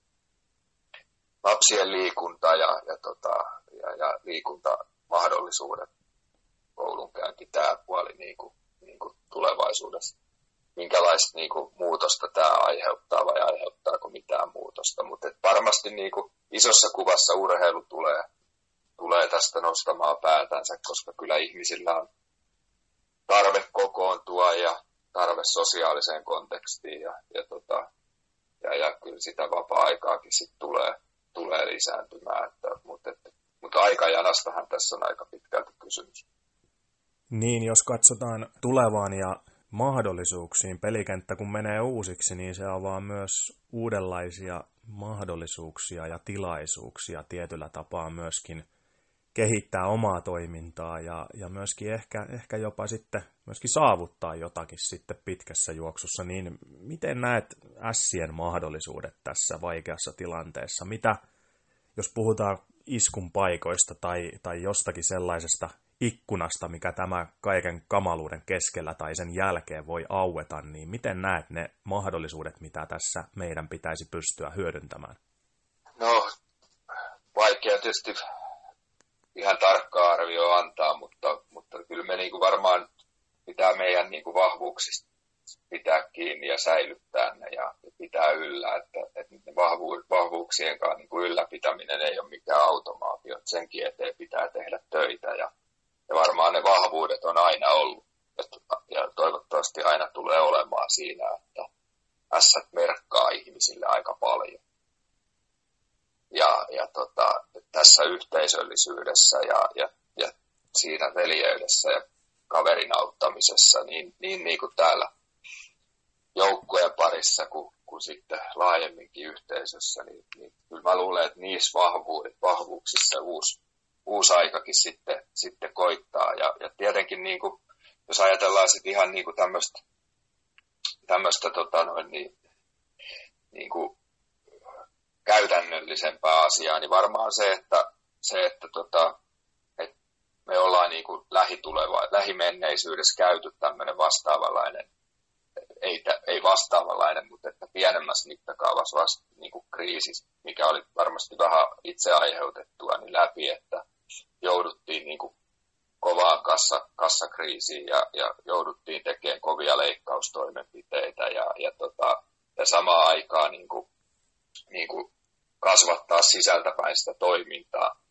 lapsien liikunta ja, ja, tota, ja, ja liikuntamahdollisuudet, koulunkäynti, tämä puoli niin kuin, niin kuin tulevaisuudessa. Minkälaista niin kuin, muutosta tämä aiheuttaa vai aiheuttaako mitään muutosta. Mutta varmasti niin kuin, isossa kuvassa urheilu tulee, tulee tästä nostamaan päätänsä, koska kyllä ihmisillä on tarve kokoontua ja tarve sosiaaliseen kontekstiin ja, ja, tota, ja, ja kyllä sitä vapaa-aikaakin sit tulee, tulee lisääntymään. Että, mutta, että, mutta aikajanastahan tässä on aika pitkälti kysymys. Niin, jos katsotaan tulevaan ja mahdollisuuksiin, pelikenttä kun menee uusiksi, niin se avaa myös uudenlaisia mahdollisuuksia ja tilaisuuksia tietyllä tapaa myöskin kehittää omaa toimintaa ja, ja myöskin ehkä, ehkä jopa sitten myöskin saavuttaa jotakin sitten pitkässä juoksussa. Niin miten näet ässien mahdollisuudet tässä vaikeassa tilanteessa? Mitä, jos puhutaan iskun paikoista tai, tai jostakin sellaisesta ikkunasta, mikä tämä kaiken kamaluuden keskellä tai sen jälkeen voi aueta, niin miten näet ne mahdollisuudet, mitä tässä meidän pitäisi pystyä hyödyntämään? No, vaikea tietysti ihan tarkkaa arvioa antaa, mutta, mutta kyllä me niin kuin varmaan pitää meidän niin kuin vahvuuksista pitää kiinni ja säilyttää ne ja pitää yllä, että, että ne vahvu, vahvuuksien kanssa niin kuin ylläpitäminen ei ole mikään automaatio, että senkin eteen pitää tehdä töitä ja, ja varmaan ne vahvuudet on aina ollut ja toivottavasti aina tulee olemaan siinä, että ässät merkkaa ihmisille aika paljon. Ja, ja tota, tässä yhteisöllisyydessä ja, ja, ja siinä veljeydessä ja kaverin auttamisessa, niin, niin, niin kuin täällä joukkueen parissa kuin, kuin sitten laajemminkin yhteisössä, niin, niin kyllä mä luulen, että niissä vahvuudet, vahvuuksissa uusi, uusi aikakin sitten, sitten koittaa. Ja, ja tietenkin, niin kuin, jos ajatellaan sitten ihan niin kuin tämmöistä, tämmöistä tota noin, niin, niin kuin käytännöllisempää asiaa, niin varmaan se, että, se, että, tota, että me ollaan niin kuin lähituleva, lähimenneisyydessä käyty tämmöinen vastaavanlainen, ei, ei vastaavanlainen, mutta että pienemmässä mittakaavassa vasta, niin kuin kriisi, mikä oli varmasti vähän itse aiheutettua, niin läpi, että jouduttiin niin kuin kovaan kassa, kassakriisiin ja, ja jouduttiin tekemään kovia leikkaustoimenpiteitä ja, ja, tota, ja samaan aikaan niin kuin, niin kuin kasvattaa sisältäpäin sitä toimintaa,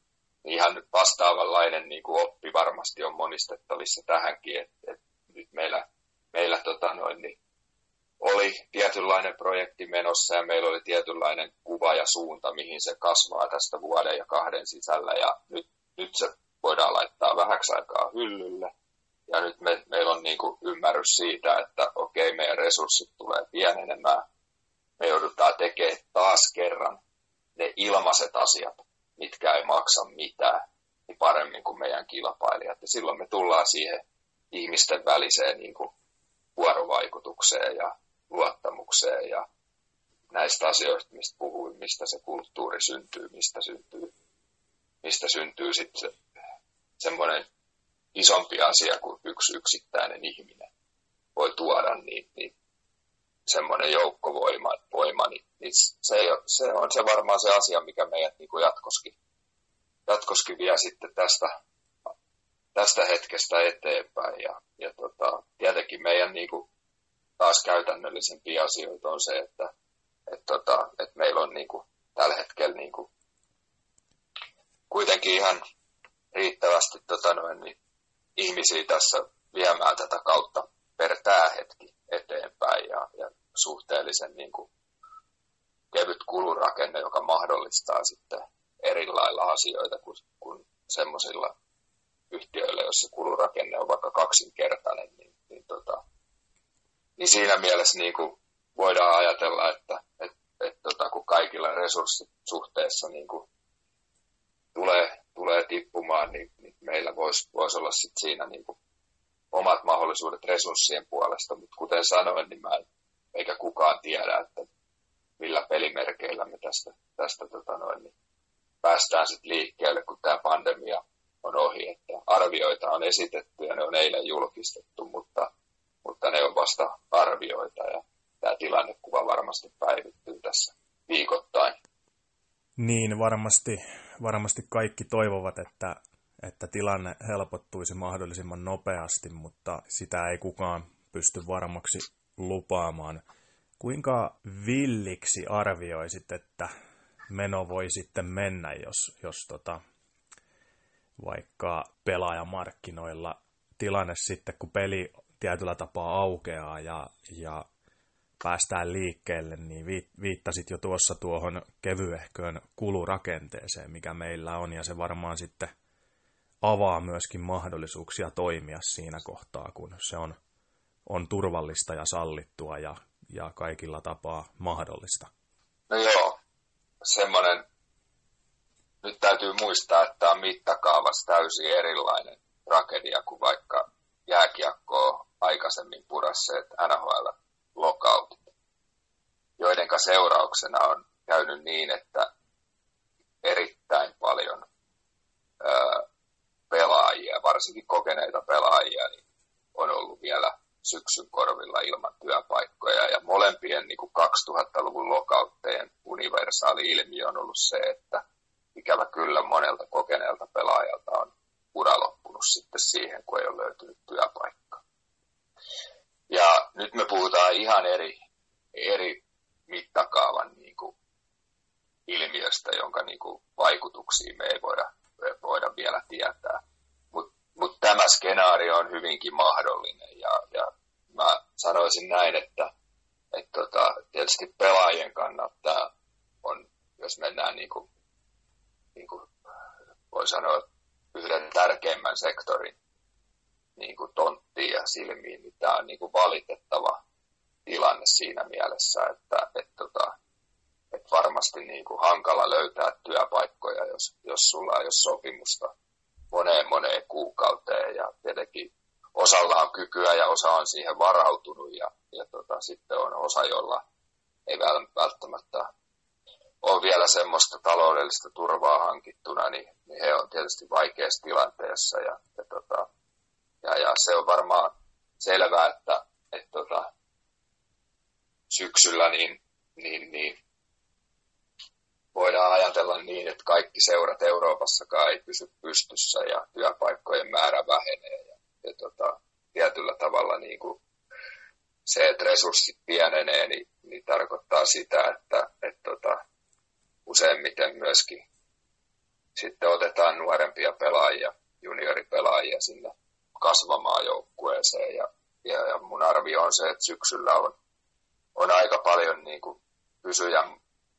ihan vastaavanlainen niin kuin oppi varmasti on monistettavissa tähänkin, että et nyt meillä, meillä tota noin, niin oli tietynlainen projekti menossa ja meillä oli tietynlainen kuva ja suunta, mihin se kasvaa tästä vuoden ja kahden sisällä ja nyt, nyt se voidaan laittaa vähäksi aikaa hyllylle ja nyt me, meillä on niin kuin ymmärrys siitä, että okei, meidän resurssit tulee pienenemään, me joudutaan tekemään taas kerran ne ilmaiset asiat, mitkä ei maksa mitään, niin paremmin kuin meidän kilpailijat. Ja silloin me tullaan siihen ihmisten väliseen niin kuin vuorovaikutukseen ja luottamukseen ja näistä asioista, mistä puhuin, mistä se kulttuuri syntyy, mistä syntyy, mistä syntyy sitten se, semmoinen isompi asia kuin yksi yksittäinen ihminen voi tuoda, niin, niin semmoinen joukkovoima, voima, niin, niin se, se on se varmaan se asia, mikä meidät niin kuin jatkoskin, jatkoskin vie sitten tästä, tästä hetkestä eteenpäin. Ja, ja tota, tietenkin meidän niin kuin taas käytännöllisempiä asioita on se, että et tota, et meillä on niin kuin tällä hetkellä niin kuin kuitenkin ihan riittävästi tota noin, niin ihmisiä tässä viemään tätä kautta per tämä hetki eteenpäin ja, ja suhteellisen niin kuin kevyt kulurakenne, joka mahdollistaa sitten eri lailla asioita kuin, kuin semmoisilla yhtiöillä, joissa kulurakenne on vaikka kaksinkertainen, niin, niin, tota, niin siinä mielessä niin kuin voidaan ajatella, että et, et, tota, kun kaikilla resurssit suhteessa niin kuin tulee, tulee tippumaan, niin, niin meillä voisi vois olla sit siinä niin kuin omat mahdollisuudet resurssien puolesta, mutta kuten sanoin, niin mä en, eikä kukaan tiedä, että millä pelimerkeillä me tästä, tästä tota noin, niin päästään sitten liikkeelle, kun tämä pandemia on ohi. Että arvioita on esitetty ja ne on eilen julkistettu, mutta, mutta ne on vasta arvioita ja tämä tilannekuva varmasti päivittyy tässä viikoittain. Niin, varmasti, varmasti kaikki toivovat, että että tilanne helpottuisi mahdollisimman nopeasti, mutta sitä ei kukaan pysty varmaksi lupaamaan. Kuinka villiksi arvioisit, että meno voi sitten mennä, jos, jos tota, vaikka pelaajamarkkinoilla tilanne sitten, kun peli tietyllä tapaa aukeaa ja, ja päästään liikkeelle, niin viittasit jo tuossa tuohon kevyehköön kulurakenteeseen, mikä meillä on, ja se varmaan sitten avaa myöskin mahdollisuuksia toimia siinä kohtaa, kun se on, on turvallista ja sallittua ja, ja kaikilla tapaa mahdollista. No joo, semmoinen, nyt täytyy muistaa, että tämä on mittakaavassa täysin erilainen tragedia kuin vaikka jääkiekkoa aikaisemmin purasseet N H L-lockoutit, joidenka seurauksena on käynyt niin, että erittäin paljon ää, pelaajia, varsinkin kokeneita pelaajia, niin on ollut vielä syksyn korvilla ilman työpaikkoja. Ja molempien niin kuin kaksituhattaluvun lockouttejen universaali ilmiö on ollut se, että ikävä kyllä monelta kokeneelta pelaajalta on ura loppunut sitten siihen, kun ei ole löytynyt työpaikka. Ja nyt me puhutaan ihan eri, eri mittakaavan niin kuin ilmiöstä, jonka niin kuin vaikutuksia me ei voida voida vielä tietää. Mutta mut tämä skenaario on hyvinkin mahdollinen ja, ja mä sanoisin näin, että et tota, tietysti pelaajien kannalta on, jos mennään niin kuin, niin kuin voi sanoa yhden tärkeimmän sektorin niin kuin tonttiin ja silmiin, niin tämä on niin kuin valitettava tilanne siinä mielessä, että et tota, et varmasti niin kuin hankala löytää työpaikkoja, jos, jos sulla ei ole sopimusta moneen moneen kuukauteen. Ja tietenkin osalla on kykyä ja osa on siihen varautunut. Ja, ja tota, sitten on osa, jolla ei välttämättä ole vielä semmoista taloudellista turvaa hankittuna, niin, niin he on tietysti vaikeassa tilanteessa. Ja, ja, tota, ja, ja se on varmaan selvää, että et, tota, syksyllä niin, niin, niin voidaan ajatella niin, että kaikki seurat Euroopassakaan ei pysy pystyssä ja työpaikkojen määrä vähenee. Ja, ja tota, tietyllä tavalla niin kuin se, että resurssit pienenee, niin, niin tarkoittaa sitä, että et tota, useimmiten myöskin sitten otetaan nuorempia pelaajia, junioripelaajia sinne kasvamaan joukkueeseen. Ja, ja, ja mun arvio on se, että syksyllä on, on aika paljon niin kuin kysyjän,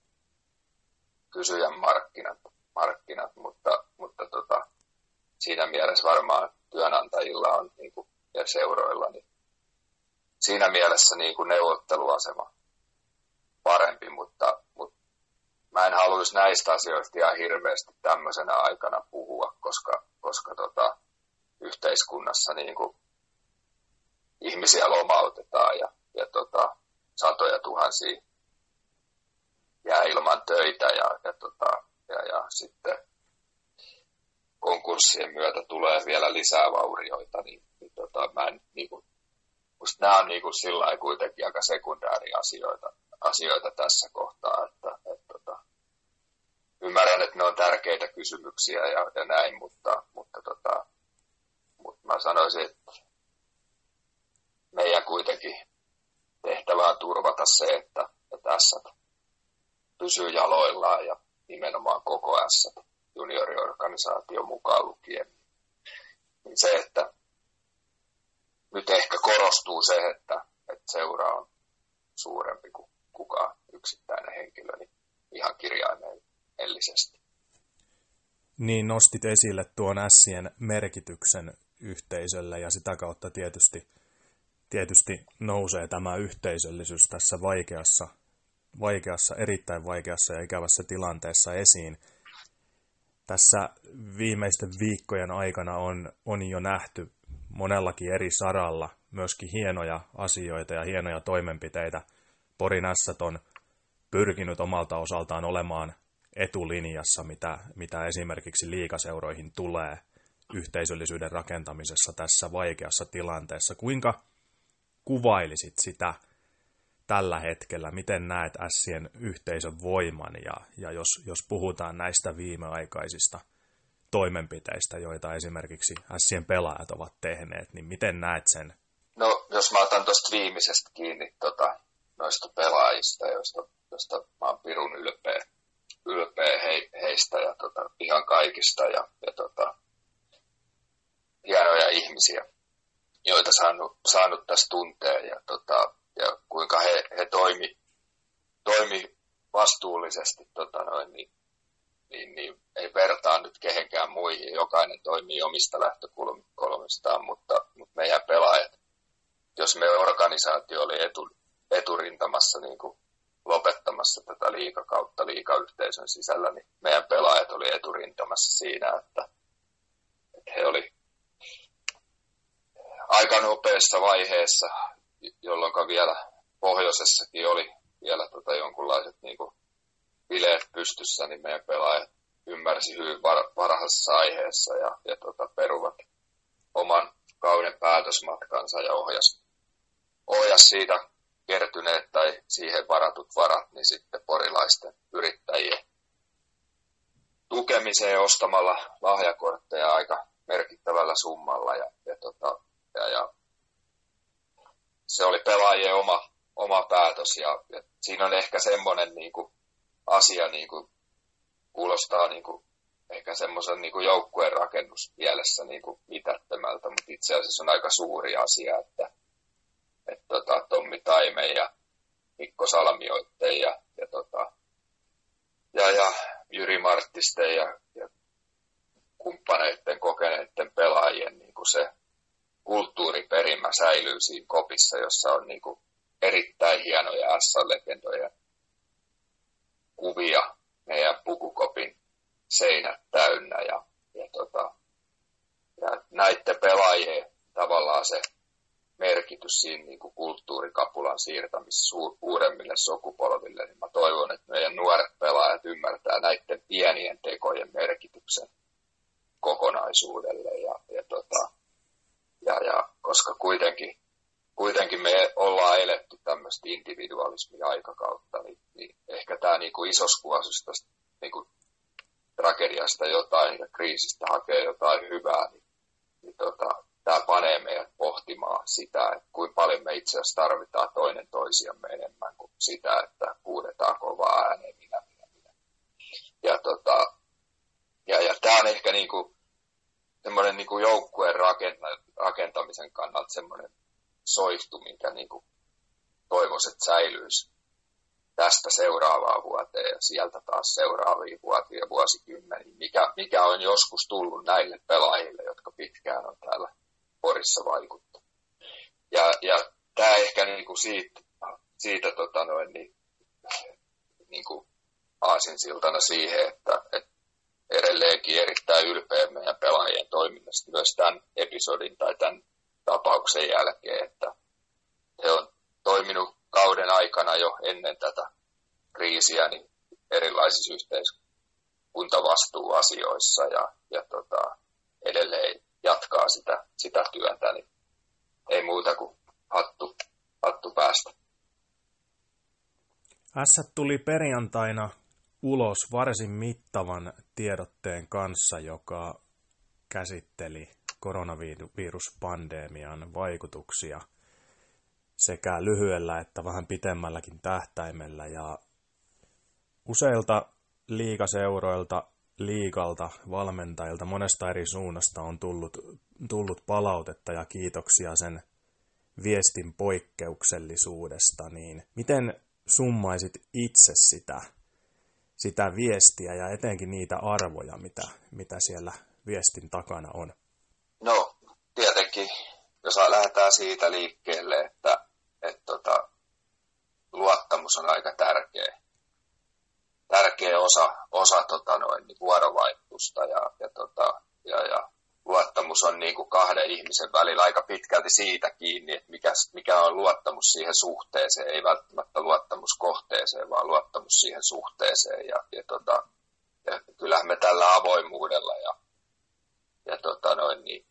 kysyjän markkinat, markkinat mutta, mutta tota, siinä mielessä varmaan työnantajilla on niin kuin, ja seuroilla niin siinä mielessä niin kuin neuvotteluasema parempi, mutta, mutta mä en haluaisi näistä asioista ihan hirveästi tämmöisenä aikana puhua, koska, koska tota, yhteiskunnassa niin kuin ihmisiä lomautetaan ja, ja tota, satoja tuhansia jää ilman töitä ja, ja, tota, ja, ja sitten konkurssien myötä tulee vielä lisää vaurioita, niin, niin tota, mä en, niin kuin, musta nämä on niin kuin sillä lailla kuitenkin aika sekundääriä asioita, asioita tässä kohtaa, että, että, että ymmärrän, että ne on tärkeitä kysymyksiä ja, ja näin, mutta, mutta, tota, mutta mä sanoisin, että meidän kuitenkin tehtävä on turvata se, että, että ässät pysyy jaloillaan ja nimenomaan koko ässät junioriorganisaatio mukaan lukien. Niin se, että nyt ehkä korostuu se, että, että seura on suurempi kuin kukaan yksittäinen henkilö, niin ihan kirjaimellisesti. Niin, nostit esille tuon ässien merkityksen yhteisölle ja sitä kautta tietysti, tietysti nousee tämä yhteisöllisyys tässä vaikeassa, vaikeassa, erittäin vaikeassa ja ikävässä tilanteessa esiin. Tässä viimeisten viikkojen aikana on, on jo nähty monellakin eri saralla myöskin hienoja asioita ja hienoja toimenpiteitä. Porin Ässät on pyrkinyt omalta osaltaan olemaan etulinjassa, mitä, mitä esimerkiksi liigaseuroihin tulee yhteisöllisyyden rakentamisessa tässä vaikeassa tilanteessa. Kuinka kuvailisit sitä tällä hetkellä? Miten näet ässien yhteisön voiman? Ja, ja jos, jos puhutaan näistä viimeaikaisista toimenpiteistä, joita esimerkiksi ässien pelaajat ovat tehneet, niin miten näet sen? No, jos mä otan tuosta viimeisestä kiinni tota, noista pelaajista, joista, joista mä oon pirun ylpeä, ylpeä he, heistä ja tota, ihan kaikista ja, ja tota, hienoja ihmisiä, joita saanut, saanut tässä tuntea ja, tota, ja kuinka he, he toimi, toimi vastuullisesti, tota noin, niin, niin, niin ei vertaa nyt kehenkään muihin. Jokainen toimii omista lähtökulmistaan, mutta, mutta meidän pelaajat, jos me organisaatio oli etu, eturintamassa niin kuin lopettamassa tätä liigakautta liigayhteisön sisällä, niin meidän pelaajat oli eturintamassa siinä, että, että he oli aika nopeassa vaiheessa, jolloin vielä pohjoisessakin oli vielä tota jonkunlaiset niin kuin bileet pystyssä, niin meidän pelaajat ymmärsi hyvin var- varhaisessa aiheessa ja, ja tota, peruvat oman kauden päätösmatkansa ja ohjas, ohjas siitä kertyneet tai siihen varatut varat, niin sitten porilaisten yrittäjien tukemiseen ostamalla lahjakortteja aika merkittävällä summalla ja, ja, tota, ja, ja se oli pelaajien oma, oma päätös ja, ja siinä on ehkä semmoinen niin kuin asia niin kuin kuulostaa niin kuin ehkä semmoisen niin kuin joukkueen rakennus mielessä niin kuin mitättömältä, mutta itse asiassa on aika suuri asia, että, että tota, Tommi Taime ja Mikko Salmioitten ja, ja, tota, ja, ja Jyri Marttisten ja, ja kumppaneiden kokeneiden pelaajien niin kuin se kulttuuriperimä säilyy siinä kopissa, jossa on niin kuin erittäin hienoja S A-legendoja kuvia meidän pukukopin seinät täynnä ja, ja, tota, ja näiden pelaajien tavallaan se merkitys siinä niin kuin kulttuurikapulan siirtämisessä uudemmille sukupolville, niin mä toivon, että meidän nuoret pelaajat ymmärtää näiden pienien tekojen merkityksen kokonaisuudelle ja, ja, tota, ja, ja koska kuitenkin Kuitenkin me ollaan eletty tämmöistä individualismia aikakautta, niin, niin ehkä tämä niinku isossa kuvassa, jos tästä niinku tragediasta jotain ja kriisistä hakee jotain hyvää, niin, niin tota, tämä panee meidät pohtimaan sitä, että kuinka paljon me itse asiassa tarvitaan toinen toisiamme enemmän kuin sitä, että huudetaan kovaa ääneen minä, minä, minä. Ja, tota, ja, ja on ehkä niinku semmoinen niinku joukkueen rakentamisen kannalta semmoinen soihtu, minkä niinku toivoisin, että säilyisi tästä seuraavaan vuoteen ja sieltä taas seuraaviin vuotiin ja vuosikymmeniin, mikä, mikä on joskus tullut näille pelaajille, jotka pitkään on täällä Porissa vaikuttanut. Ja, ja tämä ehkä niinku siitä, siitä tota noin, niin, niinku aasinsiltana siihen, että, että edelleenkin erittäin ylpeä meidän pelaajien toiminnasta myös tämän episodin tai tämän tapauksen jälkeen, että he on toiminut kauden aikana jo ennen tätä kriisiä niin erilaisissa yhteiskuntavastuuasioissa ja, ja tota, edelleen jatkaa sitä, sitä työtä, niin ei muuta kuin hattu, hattu päästä. Ässät tuli perjantaina ulos varsin mittavan tiedotteen kanssa, joka käsitteli koronaviruspandemian vaikutuksia sekä lyhyellä että vähän pitemmälläkin tähtäimellä. Ja useilta liigaseuroilta, liigalta, valmentajilta, monesta eri suunnasta on tullut, tullut palautetta ja kiitoksia sen viestin poikkeuksellisuudesta. Niin miten summaisit itse sitä, sitä viestiä ja etenkin niitä arvoja, mitä, mitä siellä viestin takana on? No, tietenkin, jos lähdetään siitä liikkeelle, että, että tota, luottamus on aika tärkeä, tärkeä osa, osa tota noin, niin vuorovaikutusta ja, ja, tota, ja, ja luottamus on niin kuin kahden ihmisen välillä aika pitkälti siitä kiinni, että mikä, mikä on luottamus siihen suhteeseen, ei välttämättä luottamus kohteeseen, vaan luottamus siihen suhteeseen. Ja, ja, tota, ja kyllähän me tällä avoimuudella ja, ja tota noin, niin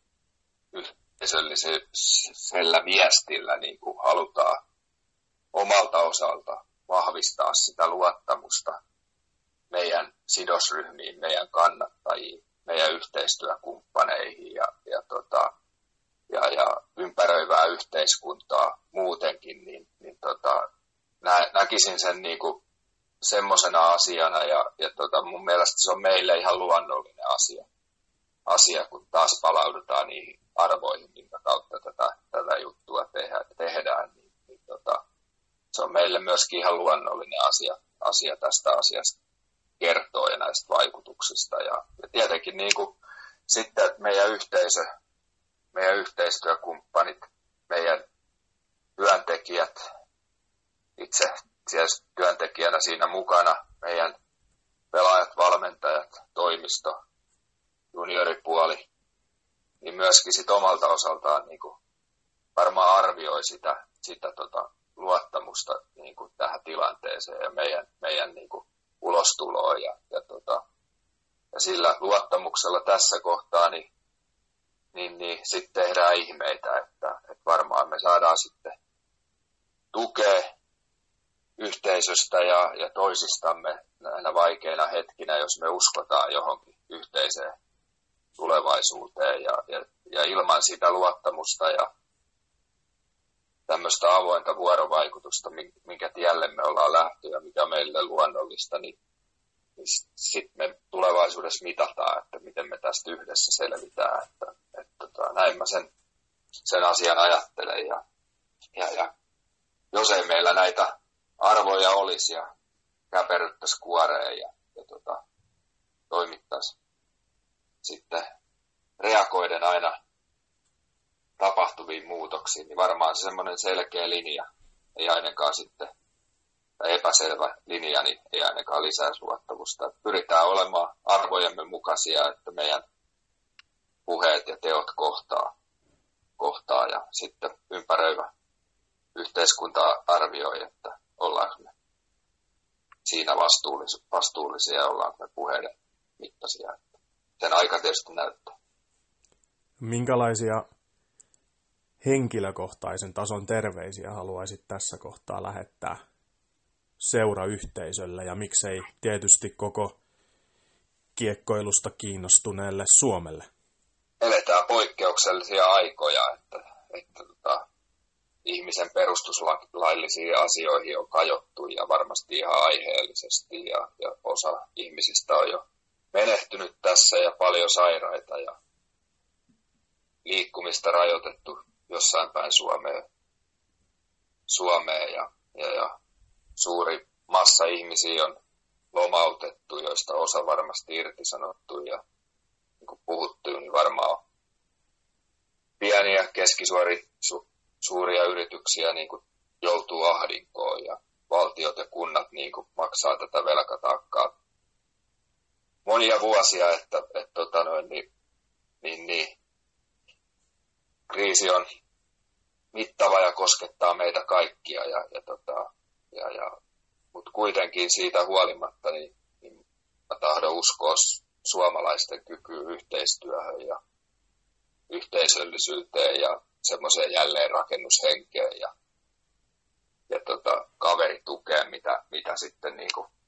yhteisöllisellä viestillä niin kuin halutaan omalta osalta vahvistaa sitä luottamusta meidän sidosryhmiin, meidän kannattajiin, meidän yhteistyökumppaneihin ja, ja, tota, ja, ja ympäröivää yhteiskuntaa muutenkin, niin, niin tota, nä, näkisin sen niinku semmoisena asiana ja, ja tota, mun mielestä se on meille ihan luonnollinen asia, asia kun taas palaudutaan niihin arvoihin, minkä kautta tätä, tätä juttua tehdään, tehdään niin, niin tota, se on meille myöskin ihan luonnollinen asia, asia tästä asiasta kertoo ja näistä vaikutuksista. Ja, ja tietenkin niin kuin, sitten, että meidän yhteisö, meidän yhteistyökumppanit, meidän työntekijät, itse siellä työntekijänä siinä mukana, meidän pelaajat, valmentajat, toimisto, junioripuoli, niin myöskin sit omalta osaltaan niin kuin, varmaan arvioi sitä, sitä tota, luottamusta niin kuin, tähän tilanteeseen ja meidän, meidän niin kuin, ulostuloa ja, ja, tota, ja sillä luottamuksella tässä kohtaa niin, niin, niin sitten tehdään ihmeitä, että, että varmaan me saadaan sitten tukea yhteisöstä ja, ja toisistamme näinä vaikeina hetkinä, jos me uskotaan johonkin yhteiseen tulevaisuuteen ja, ja, ja ilman sitä luottamusta ja tämmöistä avointa vuorovaikutusta, minkä tielle me ollaan lähty ja mikä meille luonnollista, niin, niin sitten me tulevaisuudessa mitataan, että miten me tästä yhdessä selvitään. Että, että, että näin mä sen, sen asian ajattelen. Ja, ja, ja jos ei meillä näitä arvoja olisi ja käperryttäisi kuoreen ja, ja tota, toimittaisi sitten reagoiden aina tapahtuviin muutoksiin, niin varmaan se semmoinen selkeä linja, ei ainakaan sitten, tai epäselvä linja, niin ei ainakaan lisäisi luottamusta. Pyritään olemaan arvojemme mukaisia, että meidän puheet ja teot kohtaa, kohtaa ja sitten ympäröivä yhteiskunta arvioi, että ollaanko me siinä vastuullis- vastuullisia ja ollaanko me puheiden mittaisia. Sen aika tietysti näyttää. Minkälaisia henkilökohtaisen tason terveisiä haluaisit tässä kohtaa lähettää seurayhteisölle ja miksei tietysti koko kiekkoilusta kiinnostuneelle Suomelle? Eletään poikkeuksellisia aikoja, että, että tota, ihmisen perustuslaillisiin asioihin on kajottu ja varmasti ihan aiheellisesti ja, ja osa ihmisistä on jo menehtynyt tässä ja paljon sairaita ja liikkumista rajoitettu jossain päin Suomeen, Suomeen ja, ja, ja suuri massa ihmisiä on lomautettu, joista osa varmasti irtisanottu ja niin kuin puhuttu, niin varmaan pieniä, keskisuoria, su, suuria yrityksiä niin kuin joutuu ahdinkoon ja valtiot ja kunnat niin kuin maksaa tätä velkataakkaa monia vuosia, että, että tota noin, niin, niin, niin, kriisi on mittava ja koskettaa meitä kaikkia, ja, ja, tota, ja, ja, mutta kuitenkin siitä huolimatta niin, niin mä tahdon uskoa suomalaisten kykyyn yhteistyöhön ja yhteisöllisyyteen ja semmoiseen jälleenrakennushenkeen ja, ja tota, kaveritukeen, mitä, mitä sitten niin kuin,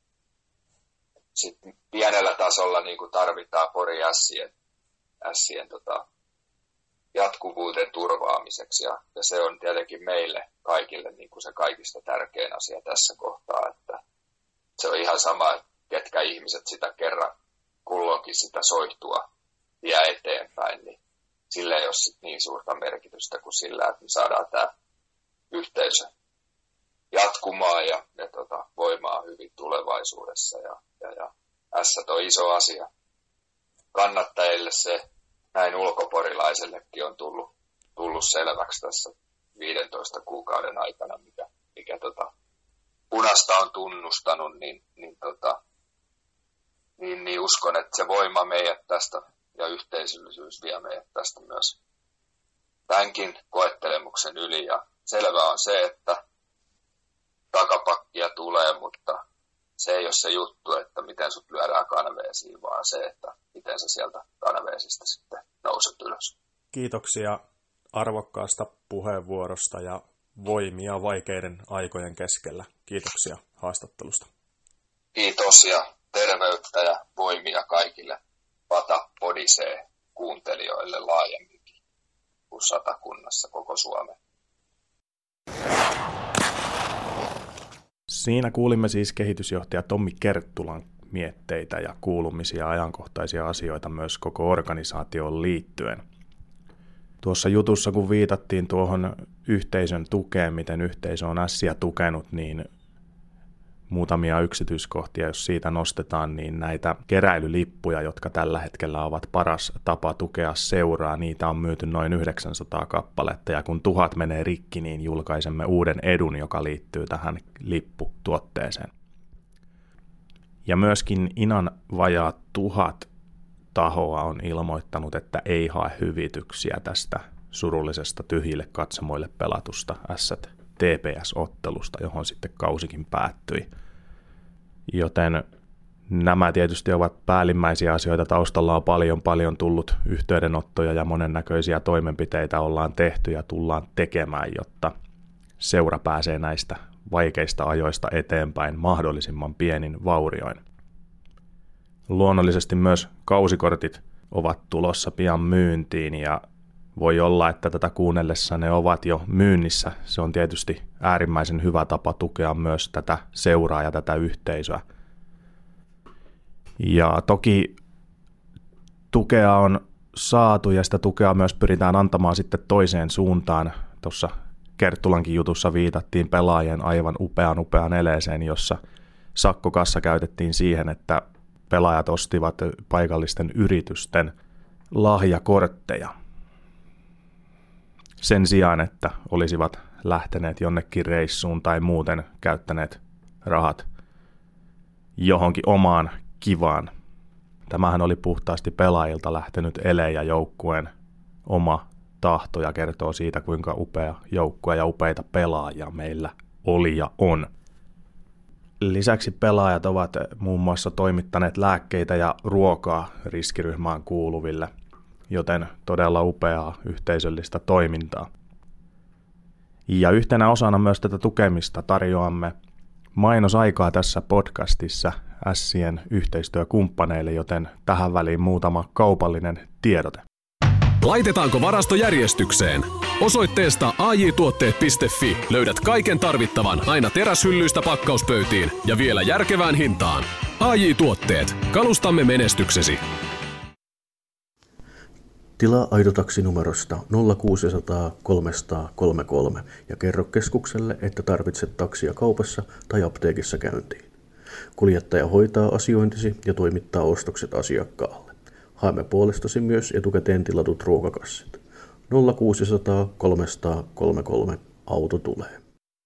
sit pienellä tasolla niin kuin tarvitaan Pori Ässien, ässien tota, jatkuvuuden turvaamiseksi. Ja, ja se on tietenkin meille kaikille niin kuin se kaikista tärkein asia tässä kohtaa, että se on ihan sama, että ketkä ihmiset sitä kerran kulloinkin sitä soihtua vie eteenpäin, niin sillä ei ole sit niin suurta merkitystä kuin sillä, että me saadaan tämä yhteisö jatkumaan ja, ja tota, voimaa hyvin tulevaisuudessa. Ja, ja, ja ässät on iso asia. Kannattajille se näin ulkoporilaisellekin on tullut, tullut selväksi tässä viidentoista kuukauden aikana, mikä, mikä tota, punasta on tunnustanut, niin, niin, tota, niin, niin uskon, että se voima meidät tästä ja yhteisöllisyys vie meidät tästä myös tämänkin koettelemuksen yli. Ja selvä on se, että takapakkia tulee, mutta se ei ole se juttu, että miten sut lyödään kanveesiin, vaan se, että miten sä sieltä kanveesista sitten nouset ylös. Kiitoksia arvokkaasta puheenvuorosta ja voimia vaikeiden aikojen keskellä. Kiitoksia haastattelusta. Kiitos ja terveyttä ja voimia kaikille Pata Podisee kuuntelijoille laajemminkin kuin Satakunnassa koko Suomeen. Siinä kuulimme siis kehitysjohtaja Tommi Kerttulan mietteitä ja kuulumisia ajankohtaisia asioita myös koko organisaatioon liittyen. Tuossa jutussa, kun viitattiin tuohon yhteisön tukeen, miten yhteisö on ässiä tukenut, niin muutamia yksityiskohtia, jos siitä nostetaan, niin näitä keräilylippuja, jotka tällä hetkellä ovat paras tapa tukea seuraa, niitä on myyty noin yhdeksänsataa kappaletta, ja kun tuhat menee rikki, niin julkaisemme uuden edun, joka liittyy tähän lipputuotteeseen. Ja myöskin Inan vajaa tuhat tahoa on ilmoittanut, että ei hae hyvityksiä tästä surullisesta tyhjille katsomoille pelatusta Ässät T P S-ottelusta, johon sitten kausikin päättyi. Joten nämä tietysti ovat päällimmäisiä asioita. Taustalla on paljon paljon tullut yhteydenottoja ja monennäköisiä toimenpiteitä ollaan tehty ja tullaan tekemään, jotta seura pääsee näistä vaikeista ajoista eteenpäin mahdollisimman pienin vaurioin. Luonnollisesti myös kausikortit ovat tulossa pian myyntiin ja voi olla, että tätä kuunnellessa ne ovat jo myynnissä. Se on tietysti äärimmäisen hyvä tapa tukea myös tätä seuraa ja tätä yhteisöä. Ja toki tukea on saatu ja sitä tukea myös pyritään antamaan sitten toiseen suuntaan. Tuossa Kerttulankin jutussa viitattiin pelaajien aivan upean upean eleeseen, jossa sakkokassa käytettiin siihen, että pelaajat ostivat paikallisten yritysten lahjakortteja. Sen sijaan, että olisivat lähteneet jonnekin reissuun tai muuten käyttäneet rahat johonkin omaan kivaan. Tämähän oli puhtaasti pelaajilta lähtenyt ele ja joukkueen oma tahto ja kertoo siitä, kuinka upea joukkue ja upeita pelaajia meillä oli ja on. Lisäksi pelaajat ovat muun muassa toimittaneet lääkkeitä ja ruokaa riskiryhmään kuuluville, joten todella upeaa yhteisöllistä toimintaa. Ja yhtenä osana myös tätä tukemista tarjoamme mainosaikaa tässä podcastissa Ässien yhteistyökumppaneille, joten tähän väliin muutama kaupallinen tiedote. Laitetaanko varasto järjestykseen? Osoitteesta a j tuotteet piste f i löydät kaiken tarvittavan aina teräshyllyistä pakkauspöytiin ja vielä järkevään hintaan. A J Tuotteet. Kalustamme menestyksesi. Tilaa Aito-taksi numerosta nolla kuusi nolla nolla kolme nolla nolla kolme kolme ja kerro keskukselle, että tarvitset taksia kaupassa tai apteekissa käyntiin. Kuljettaja hoitaa asiointisi ja toimittaa ostokset asiakkaalle. Haemme puolestasi myös etukäteen tilatut ruokakassit. nolla kuusi nolla nolla kolme nolla nolla kolme kolme. Auto tulee.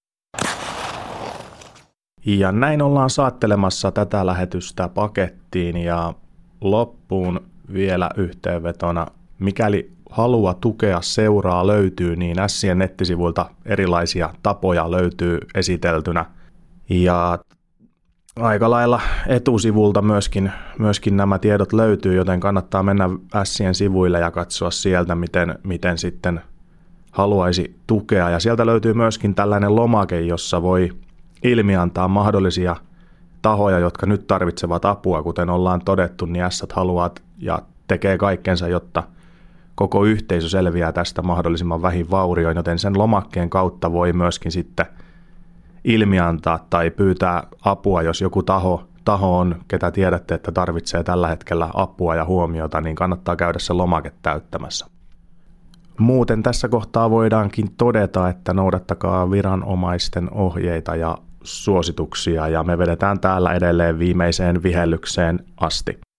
Ja näin ollaan saattelemassa tätä lähetystä pakettiin ja loppuun vielä yhteenvetona. Mikäli halua tukea seuraa löytyy, niin Ässien nettisivuilta erilaisia tapoja löytyy esiteltynä. Ja aika lailla etusivulta myöskin, myöskin nämä tiedot löytyy, joten kannattaa mennä Ässien sivuille ja katsoa sieltä, miten, miten sitten haluaisi tukea. Ja sieltä löytyy myöskin tällainen lomake, jossa voi ilmiantaa mahdollisia tahoja, jotka nyt tarvitsevat apua. Kuten ollaan todettu, niin Ässät haluaa ja tekee kaikkensa, jotta koko yhteisö selviää tästä mahdollisimman vähin vaurioin, joten sen lomakkeen kautta voi myöskin sitten ilmiantaa tai pyytää apua, jos joku taho, taho on, ketä tiedätte, että tarvitsee tällä hetkellä apua ja huomiota, niin kannattaa käydä se lomake täyttämässä. Muuten tässä kohtaa voidaankin todeta, että noudattakaa viranomaisten ohjeita ja suosituksia, ja me vedetään täällä edelleen viimeiseen vihellykseen asti.